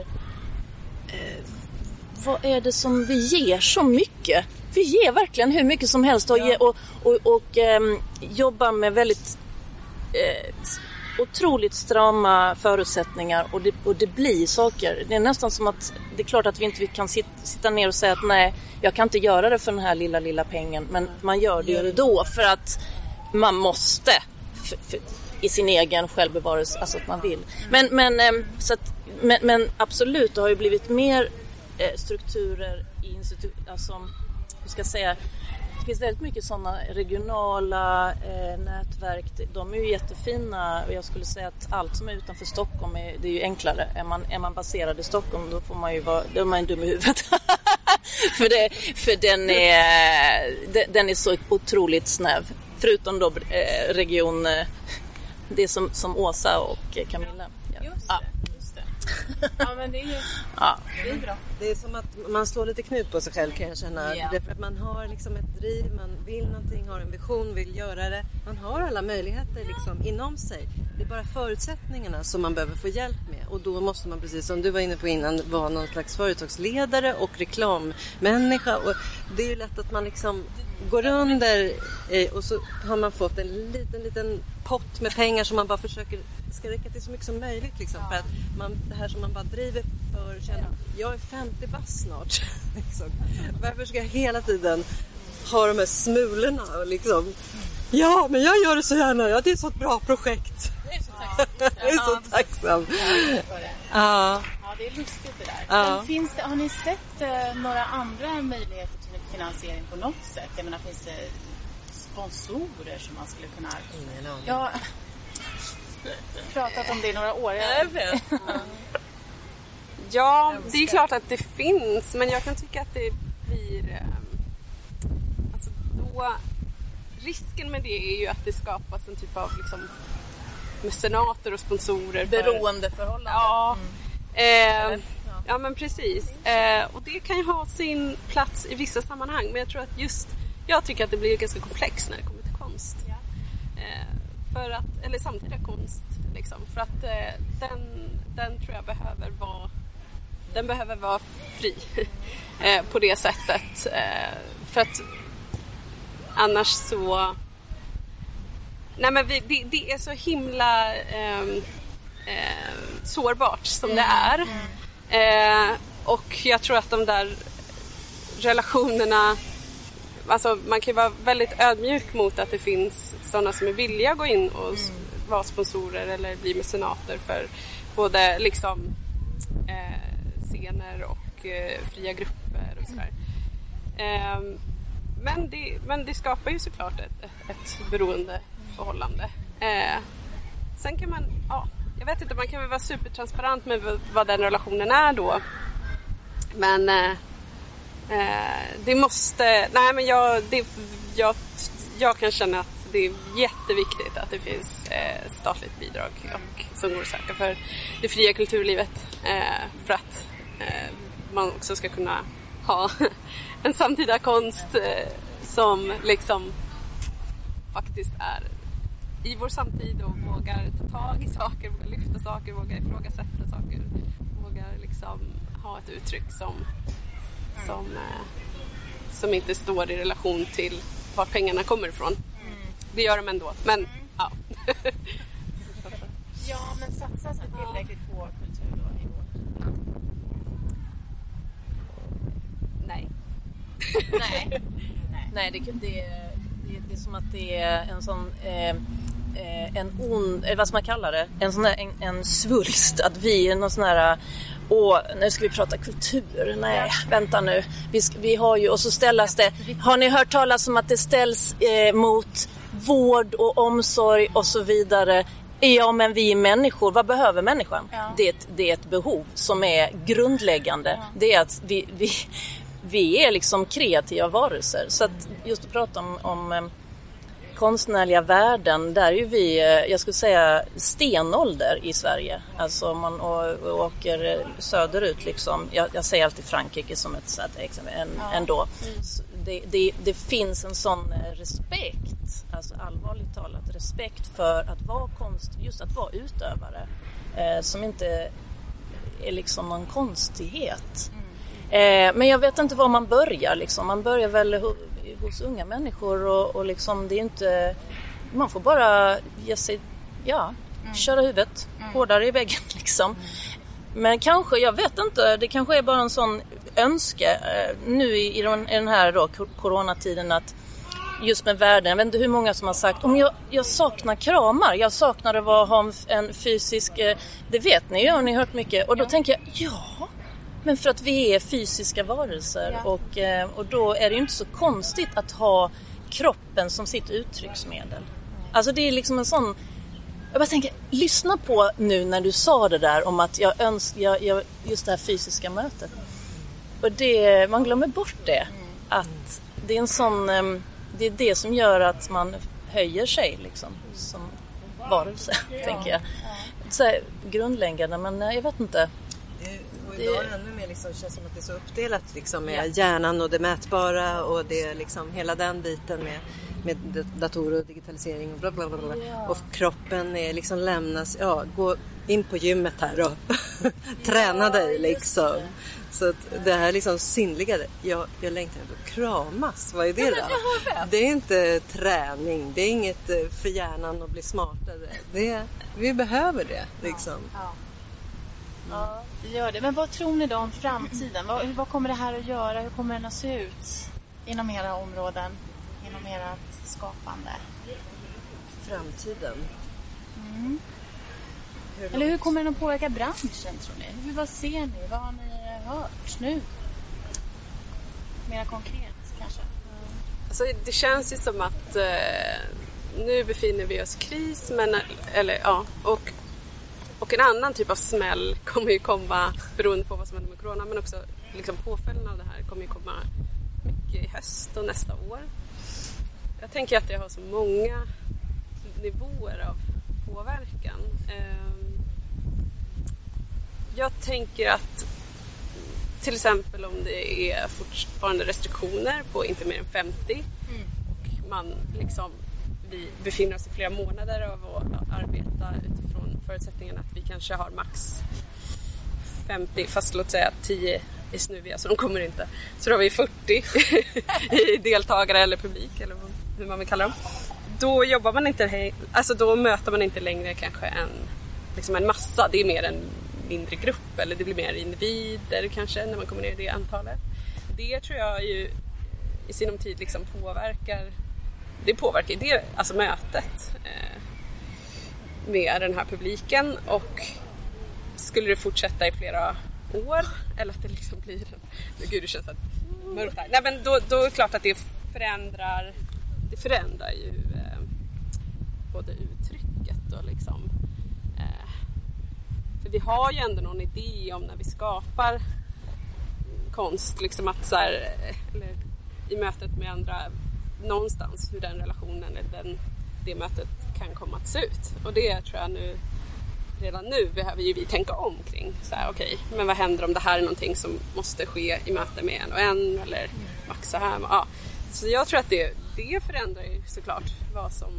eh, vad är det som vi ger så mycket? Vi ger verkligen hur mycket som helst och, ja. och, och, och eh, jobbar med väldigt eh, otroligt strama förutsättningar och det, och det blir saker. Det är nästan som att det är klart att vi inte kan sitta, sitta ner och säga att nej, jag kan inte göra det för den här lilla, lilla pengen, men man gör det ju ändå för att man måste för, för, i sin egen självbevarelse, alltså att man vill. Men, men, eh, så att, men, men absolut, det har ju blivit mer eh, strukturer i institut, alltså, hur ska jag säga, det finns väldigt mycket sådana regionala eh, nätverk. De är ju jättefina och jag skulle säga att allt som är utanför Stockholm är, det är ju enklare. Är man, är man baserad i Stockholm då får man ju vara, då är man dum i huvudet. för det, för den, är, den är så otroligt snäv. Förutom då eh, region, eh, det som, som Åsa och Camilla. Ja. Just det, just det. Ja, men det är ju ja. det är bra. Det är som att man slår lite knut på sig själv, kan jag känna. Yeah. Därför att man har liksom ett driv, man vill någonting, har en vision, vill göra det. Man har alla möjligheter liksom inom sig. Det är bara förutsättningarna som man behöver få hjälp med. Och då måste man, precis som du var inne på innan, vara någon slags företagsledare och reklammänniska. Och det är ju lätt att man liksom går under eh, och så har man fått en liten, liten pott med pengar som man bara försöker ska räcka till så mycket som möjligt liksom, för att man, det här som man bara driver för, känner, jag är femtio bast snart liksom. Varför ska jag hela tiden ha de här smulorna och liksom, ja men jag gör det så gärna, ja, det är så ett bra projekt. Det är så tacksamt. Jag är så tacksam. Ja, ja, det är lustigt det där. Ja. Men finns det, har ni sett eh, några andra möjligheter till finansiering på något sätt? Jag menar, finns det sponsorer som man skulle kunna... Ingen aning. Ja, pratat om det i några år. Jag vet. Ja, det är klart att det finns, men jag kan tycka att det blir... Eh, alltså då, risken med det är ju att det skapas en typ av liksom, mecenater och sponsorer. För, Beroendeförhållande. Ja, Mm. eh, ja. ja, men precis. Eh, och det kan ju ha sin plats i vissa sammanhang, men jag tror att just... Jag tycker att det blir ganska komplext när det kommer till konst. Ja. Eh, för att, eller samtida konst liksom, för att eh, den, den tror jag behöver vara den behöver vara fri eh, på det sättet, eh, för att annars så nej men vi, det, det är så himla eh, eh, sårbart som det är, eh, och jag tror att de där relationerna, alltså man kan ju vara väldigt ödmjuk mot att det finns sådana som är villiga att gå in och mm. vara sponsorer eller bli mecenater för både liksom eh, scener och eh, fria grupper och sådär. Eh, men, det, men det skapar ju såklart ett, ett beroendeförhållande. Eh, sen kan man, ja, jag vet inte, man kan väl vara supertransparent med vad, vad den relationen är då. Men eh, det måste, nej men jag, det, jag, jag kan känna att det är jätteviktigt att det finns eh, statligt bidrag och, som går att söka för det fria kulturlivet, eh, för att eh, man också ska kunna ha en samtida konst eh, som liksom faktiskt är i vår samtid och vågar ta tag i saker, vågar lyfta saker, vågar ifrågasätta saker, vågar liksom ha ett uttryck som Som, eh, som inte står i relation till var pengarna kommer ifrån. Mm. Det gör de ändå, men mm. ja. Ja, men satsas det tillräckligt på kultur då i vårt land? Nej. Nej. Nej, det, det, det, det är som att det är en sån eh, en ond, vad ska man kalla det? En sån där, en, en svulst att vi är någon sån här. Och nu ska vi prata kultur. Nej, ja. vänta nu. Vi, vi har ju, och så ställas det. Har ni hört talas om att det ställs eh, mot vård och omsorg och så vidare? Ja, men vi är människor. Vad behöver människan? Ja. Det, är ett, det är ett behov som är grundläggande. Ja. Det är att vi, vi, vi är liksom kreativa varelser. Så att just att prata om, om konstnärliga värden, där är ju vi, jag skulle säga, stenålder i Sverige. Alltså om man åker söderut liksom, jag, jag säger alltid Frankrike som ett sådant exempel, en, ja. ändå. Det, det, det finns en sån respekt, alltså allvarligt talat, respekt för att vara konst, just att vara utövare, eh, som inte är liksom någon konstighet. Mm. Eh, men jag vet inte var man börjar liksom, man börjar väl hos unga människor och, och liksom det är inte, man får bara ge sig, ja, mm. köra huvudet mm. hårdare i väggen liksom. Mm. Men kanske, jag vet inte, det kanske är bara en sån önske eh, nu i, i, den, i den här då, coronatiden, att just med världen, jag vet inte hur många som har sagt, om jag, jag saknar kramar, jag saknar att vara, ha en, en fysisk, eh, det vet ni ju, har ni hört mycket, och då ja. tänker jag, ja, men för att vi är fysiska varelser, ja. och, eh, och då är det ju inte så konstigt att ha kroppen som sitt uttrycksmedel. Alltså det är liksom en sån, jag bara tänker, lyssna på nu när du sa det där om att jag önskar, jag, jag, just det här fysiska mötet. Och det, man glömmer bort det. Att det är en sån, det är det som gör att man höjer sig liksom, som varelse, ja. tänker jag. Så här, grundläggande, men jag vet inte. Och idag det... ännu mer liksom, känns som att det är så uppdelat liksom, med ja. hjärnan och det mätbara och det liksom hela den biten med, med datorer och digitalisering och bla bla bla, bla. Ja. Och kroppen är liksom lämnas, ja, gå in på gymmet här och träna dig liksom. Så att det här liksom sinnliga, jag, jag längtar att kramas, vad är det då? Det är inte träning, det är inget för hjärnan att bli smartare. Det, vi behöver det liksom. Ja, ja. Det gör det. Men vad tror ni då om framtiden? Vad, vad kommer det här att göra? Hur kommer den att se ut inom era områden? Inom ert skapande? Framtiden? Mm. Hur Eller hur kommer den att påverka branschen, tror ni? Hur, vad ser ni? Vad har ni hört nu? Mer konkret kanske? Mm. Alltså, det känns ju som att eh, nu befinner vi oss i kris, men, eller, ja, och, och en annan typ av smäll kommer ju komma beroende på vad som händer med corona, men också liksom, påföljden av det här kommer ju komma mycket i höst och nästa år. Jag tänker att det har så många nivåer av påverkan. Jag tänker att till exempel om det är fortfarande restriktioner på inte mer än femtio mm. och man liksom, vi befinner oss i flera månader av att arbeta utifrån förutsättningen att vi kanske har max femtio, fast låt säga tio i snuvia, så de kommer inte. Så då har vi fyrtio i deltagare eller publik eller hur man vill kalla dem. Då jobbar man inte, alltså då möter man inte längre kanske en, liksom en massa, det är mer en mindre grupp eller det blir mer individer kanske när man kommer ner i det antalet. Det tror jag ju i sinom tid liksom påverkar, det påverkar det, alltså mötet eh, med den här publiken, och skulle det fortsätta i flera år eller att det liksom blir en, gud det känns att mörkt här. Nej, men då, då är det klart att det förändrar det förändrar ju eh, både uttrycket och liksom eh, för vi har ju ändå någon idé om när vi skapar konst liksom att så här, eller i mötet med andra någonstans hur den relationen eller den, det mötet kan komma att se ut, och det tror jag nu redan nu behöver ju vi tänka om kring så här, okej, okay, men vad händer om det här är någonting som måste ske i möte med en och en eller max så här, ja. Så jag tror att det, det förändrar ju såklart vad som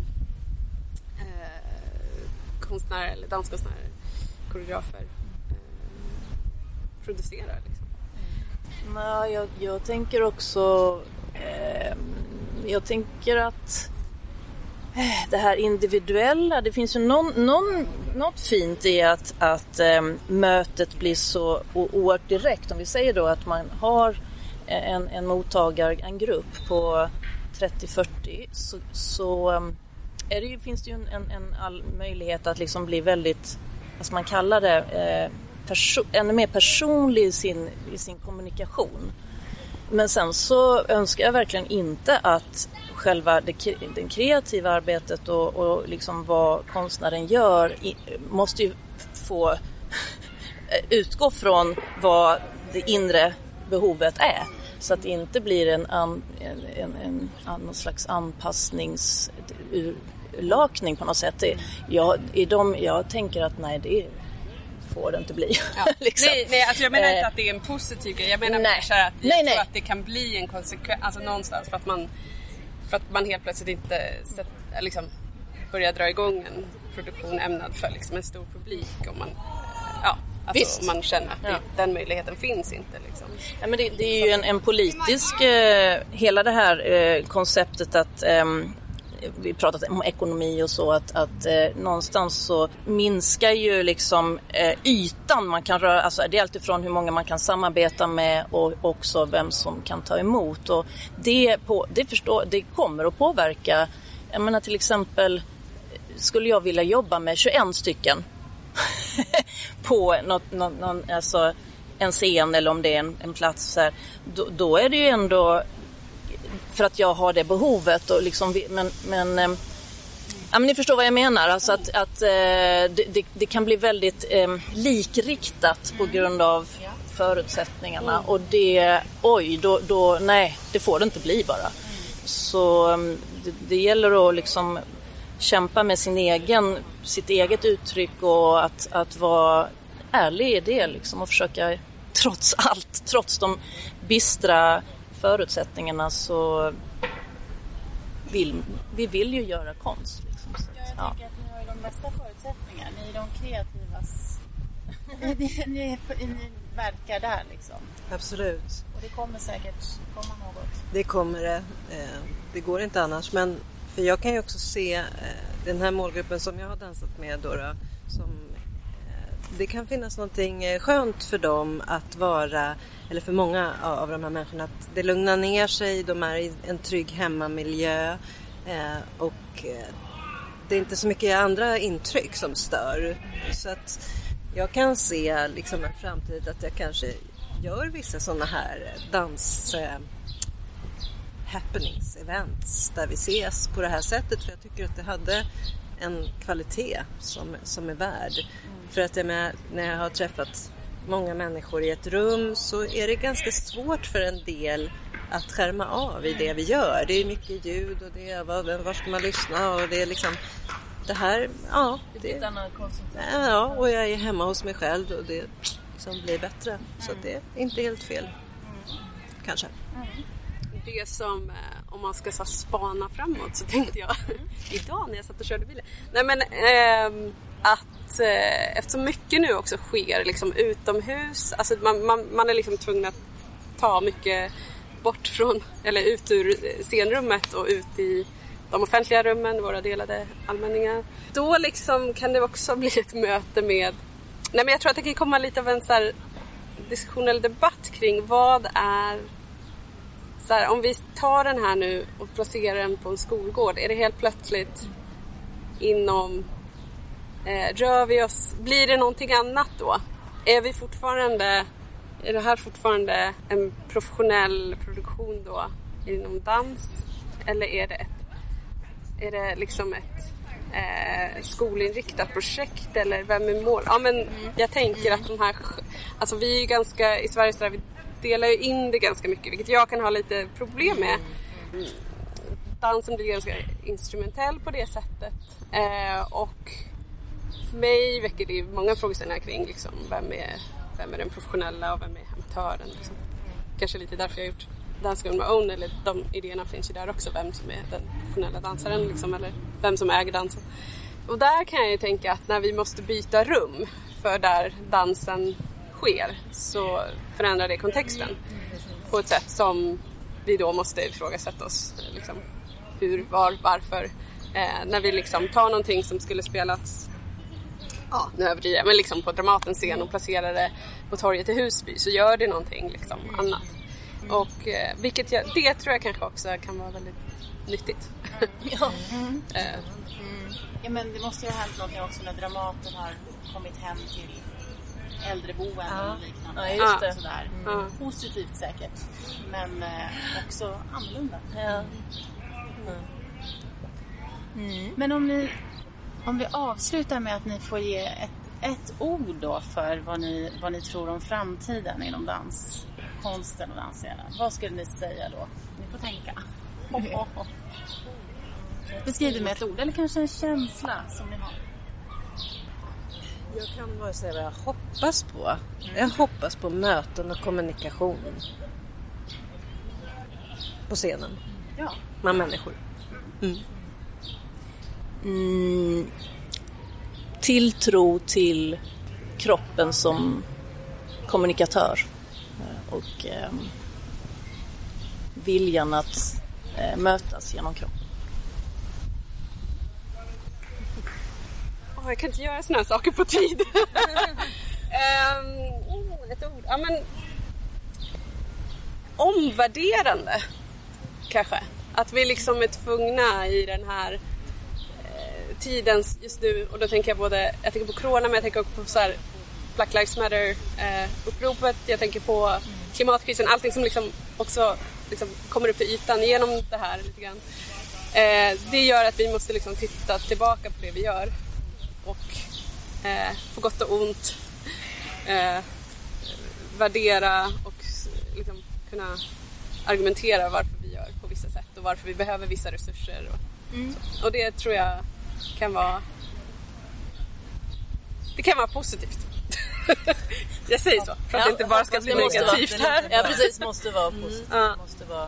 eh, konstnärer eller danskonstnärer, koreografer eh, producerar liksom. Nej, jag, jag tänker också eh, jag tänker att eh, det här individuella, det finns ju någon, någon, något fint i att, att eh, mötet blir så oerhört direkt. Om vi säger då att man har en, en mottagare, en grupp på trettio till fyrtio, så, så är det ju, finns det ju en, en all möjlighet att liksom bli väldigt, vad ska man kalla det, eh, perso- ännu mer personlig i sin, i sin kommunikation. Men sen så önskar jag verkligen inte att själva det, det kreativa arbetet och, och liksom vad konstnären gör i, måste ju få utgå från vad det inre behovet är. Så att det inte blir en, an, en, en, en, en någon slags anpassningsurlakning på något sätt. Det, jag, i dem, jag tänker att nej, det får det inte bli. Ja. liksom. Nej, nej alltså jag menar inte att det är en positiv grej. Jag menar nej. Mer så här att jag nej, tror nej. att det kan bli en konsekvens, alltså någonstans för att man, för att man helt plötsligt inte set, liksom, börjar dra igång en produktion ämnad för liksom, en stor publik. Och man, ja, alltså, och man känner att det, ja. den möjligheten finns inte. Liksom. Ja, men det, det är ju en, en politisk, eh, hela det här eh, konceptet att eh, vi pratat om ekonomi och så, att, att eh, någonstans så minskar ju liksom eh, ytan man kan röra, alltså det är alltifrån hur många man kan samarbeta med och också vem som kan ta emot, och det, på, det, förstår, det kommer att påverka. Jag menar till exempel, skulle jag vilja jobba med tjugoett stycken på något, någon, någon, alltså en scen eller om det är en, en plats så här, då, då är det ju ändå för att jag har det behovet och liksom, men, men, eh, ja, men ni förstår vad jag menar, alltså att, att eh, det, det, det kan bli väldigt eh, likriktat på grund av förutsättningarna, och det, oj, då, då, nej, det får det inte bli bara. Så det, det gäller att liksom kämpa med sin egen, sitt eget uttryck och att, att vara ärlig i det liksom, och försöka trots allt, trots de bistra förutsättningarna, så vill vi vill ju göra konst. Liksom. Så, ja, jag ja. tänker att ni har ju de bästa förutsättningar. Ni är de kreativas... ni, ni, ni verkar där liksom. Absolut. Och det kommer säkert komma något. Det kommer det. Det går inte annars. Men för jag kan ju också se den här målgruppen som jag har dansat med då, då som det kan finnas någonting skönt för dem att vara, eller för många av de här människorna, att det lugnar ner sig, de är i en trygg hemmamiljö och det är inte så mycket andra intryck som stör. Så att jag kan se liksom en framtid att jag kanske gör vissa sådana här dans happenings, events där vi ses på det här sättet, för jag tycker att det hade en kvalitet som, som är värd. Mm. För att jag med, när jag har träffat många människor i ett rum så är det ganska svårt för en del att skärma av i det vi gör. Det är mycket ljud och det är var, var ska man lyssna och det är liksom det här, ja. Det, ja, och jag är hemma hos mig själv och det liksom blir bättre. Mm. Så det är inte helt fel. Mm. Kanske. Mm. Det som, om man ska så spana framåt, så tänkte jag idag när jag satt och körde bilen. Nej men eh, att eh, eftersom mycket nu också sker liksom utomhus, alltså man, man, man är liksom tvungen att ta mycket bort från, eller ut ur scenrummet och ut i de offentliga rummen, våra delade allmänningar. Då liksom kan det också bli ett möte med, nej men jag tror att det kan komma lite av en så här diskussion eller debatt kring vad är så här, om vi tar den här nu och placerar den på en skolgård, är det helt plötsligt inom eh, rör vi oss, blir det någonting annat då? Är vi fortfarande, är det här fortfarande en professionell produktion då inom dans, eller är det ett är det liksom ett eh, skolinriktat projekt, eller vem är mål? Ja men jag tänker att de här, alltså vi är ju ganska i Sverige så där, vi delar ju in det ganska mycket, vilket jag kan ha lite problem med. Dansen blir ganska instrumentell på det sättet. Eh, och för mig väcker det många frågeställningar kring liksom, vem, är, vem är den professionella och vem är amatören. Liksom. Kanske lite därför jag har gjort Dance on my own, eller de idéerna finns ju där också, vem som är den professionella dansaren liksom, eller vem som äger dansen. Och där kan jag ju tänka att när vi måste byta rum för där dansen sker, så förändrar det kontexten på ett sätt som vi då måste ifrågasätta oss liksom, hur, var, varför eh, när vi liksom tar någonting som skulle spelats, ja nu överdriver jag, men liksom på Dramatens scen och placerar det på torget i Husby, så gör det någonting liksom annat. Och eh, vilket jag, det tror jag kanske också kan vara väldigt nyttigt. Ja. Mm. eh. Mm. Ja men det måste ju ha hänt något också när Dramaten har kommit hem till äldreboenden ja. och liknande. Ja, just det. Sådär. Mm. Positivt säkert, men eh, också annorlunda. Ja. Mm. Mm. Men om ni, om vi avslutar med att ni får ge ett, ett ord då för vad ni, vad ni tror om framtiden inom dans, konsten och dansscenen. Vad skulle ni säga då? Ni får tänka. Beskriv det med ett ord, eller kanske en känsla som ni har. Jag kan bara säga vad jag hoppas på. Jag hoppas på möten och kommunikation. På scenen. Ja. Med människor. Mm. Mm, tilltro till kroppen som kommunikatör. Och eh, viljan att eh, mötas genom kroppen. Oh, jag kan inte göra såna här saker på tid. um, oh, ett ord. Ja, men, omvärderande kanske. Att vi liksom är tvungna i den här eh, tiden just nu. Och då tänker jag både, jag tänker på corona, men jag tänker också på så här Black Lives Matter eh, uppropet. Jag tänker på klimatkrisen, allting som liksom också liksom kommer upp till ytan genom det här lite grann. Eh, det gör att vi måste liksom titta tillbaka på det vi gör. Och eh, på gott och ont eh, värdera och liksom kunna argumentera varför vi gör på vissa sätt och varför vi behöver vissa resurser. Och, mm. och det tror jag kan vara det kan vara positivt. Jag säger så, för att ja, det inte bara ska bli negativt vara, här. Ja, precis, måste vara positivt. Mm. Ja. Måste vara...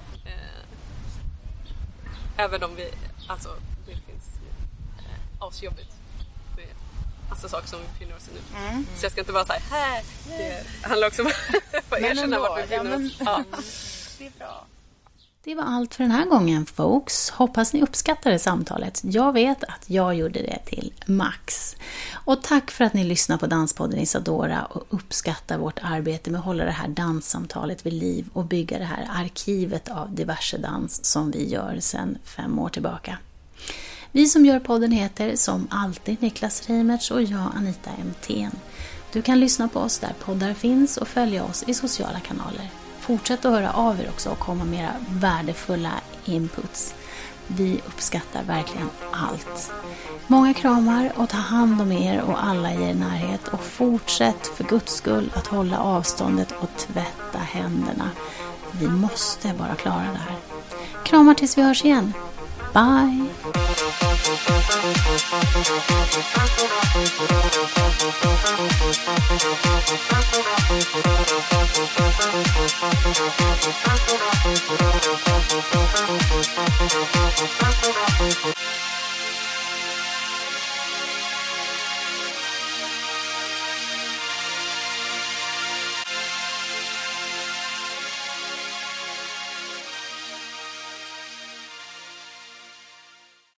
Även om vi, alltså det finns eh, asjobbigt med massa saker som vi befinner oss i nu. Mm. Så jag ska inte vara så här, här. Det handlar också om att erkänna vart vi befinner oss. Ja. Det är bra. Det var allt för den här gången, folks. Hoppas ni uppskattade samtalet. Jag vet att jag gjorde det till max. Och tack för att ni lyssnar på Danspodden Isadora och uppskattar vårt arbete med att hålla det här danssamtalet vid liv och bygga det här arkivet av diverse dans som vi gör sedan fem år tillbaka. Vi som gör podden heter som alltid Niklas Reimertz och jag Anita Emthén. Du kan lyssna på oss där poddar finns och följa oss i sociala kanaler. Fortsätt att höra av er också och komma med era värdefulla inputs. Vi uppskattar verkligen allt. Många kramar och ta hand om er och alla i er närhet. Och fortsätt för Guds skull att hålla avståndet och tvätta händerna. Vi måste bara klara det här. Kramar tills vi hörs igen. Bye! We'll be right back.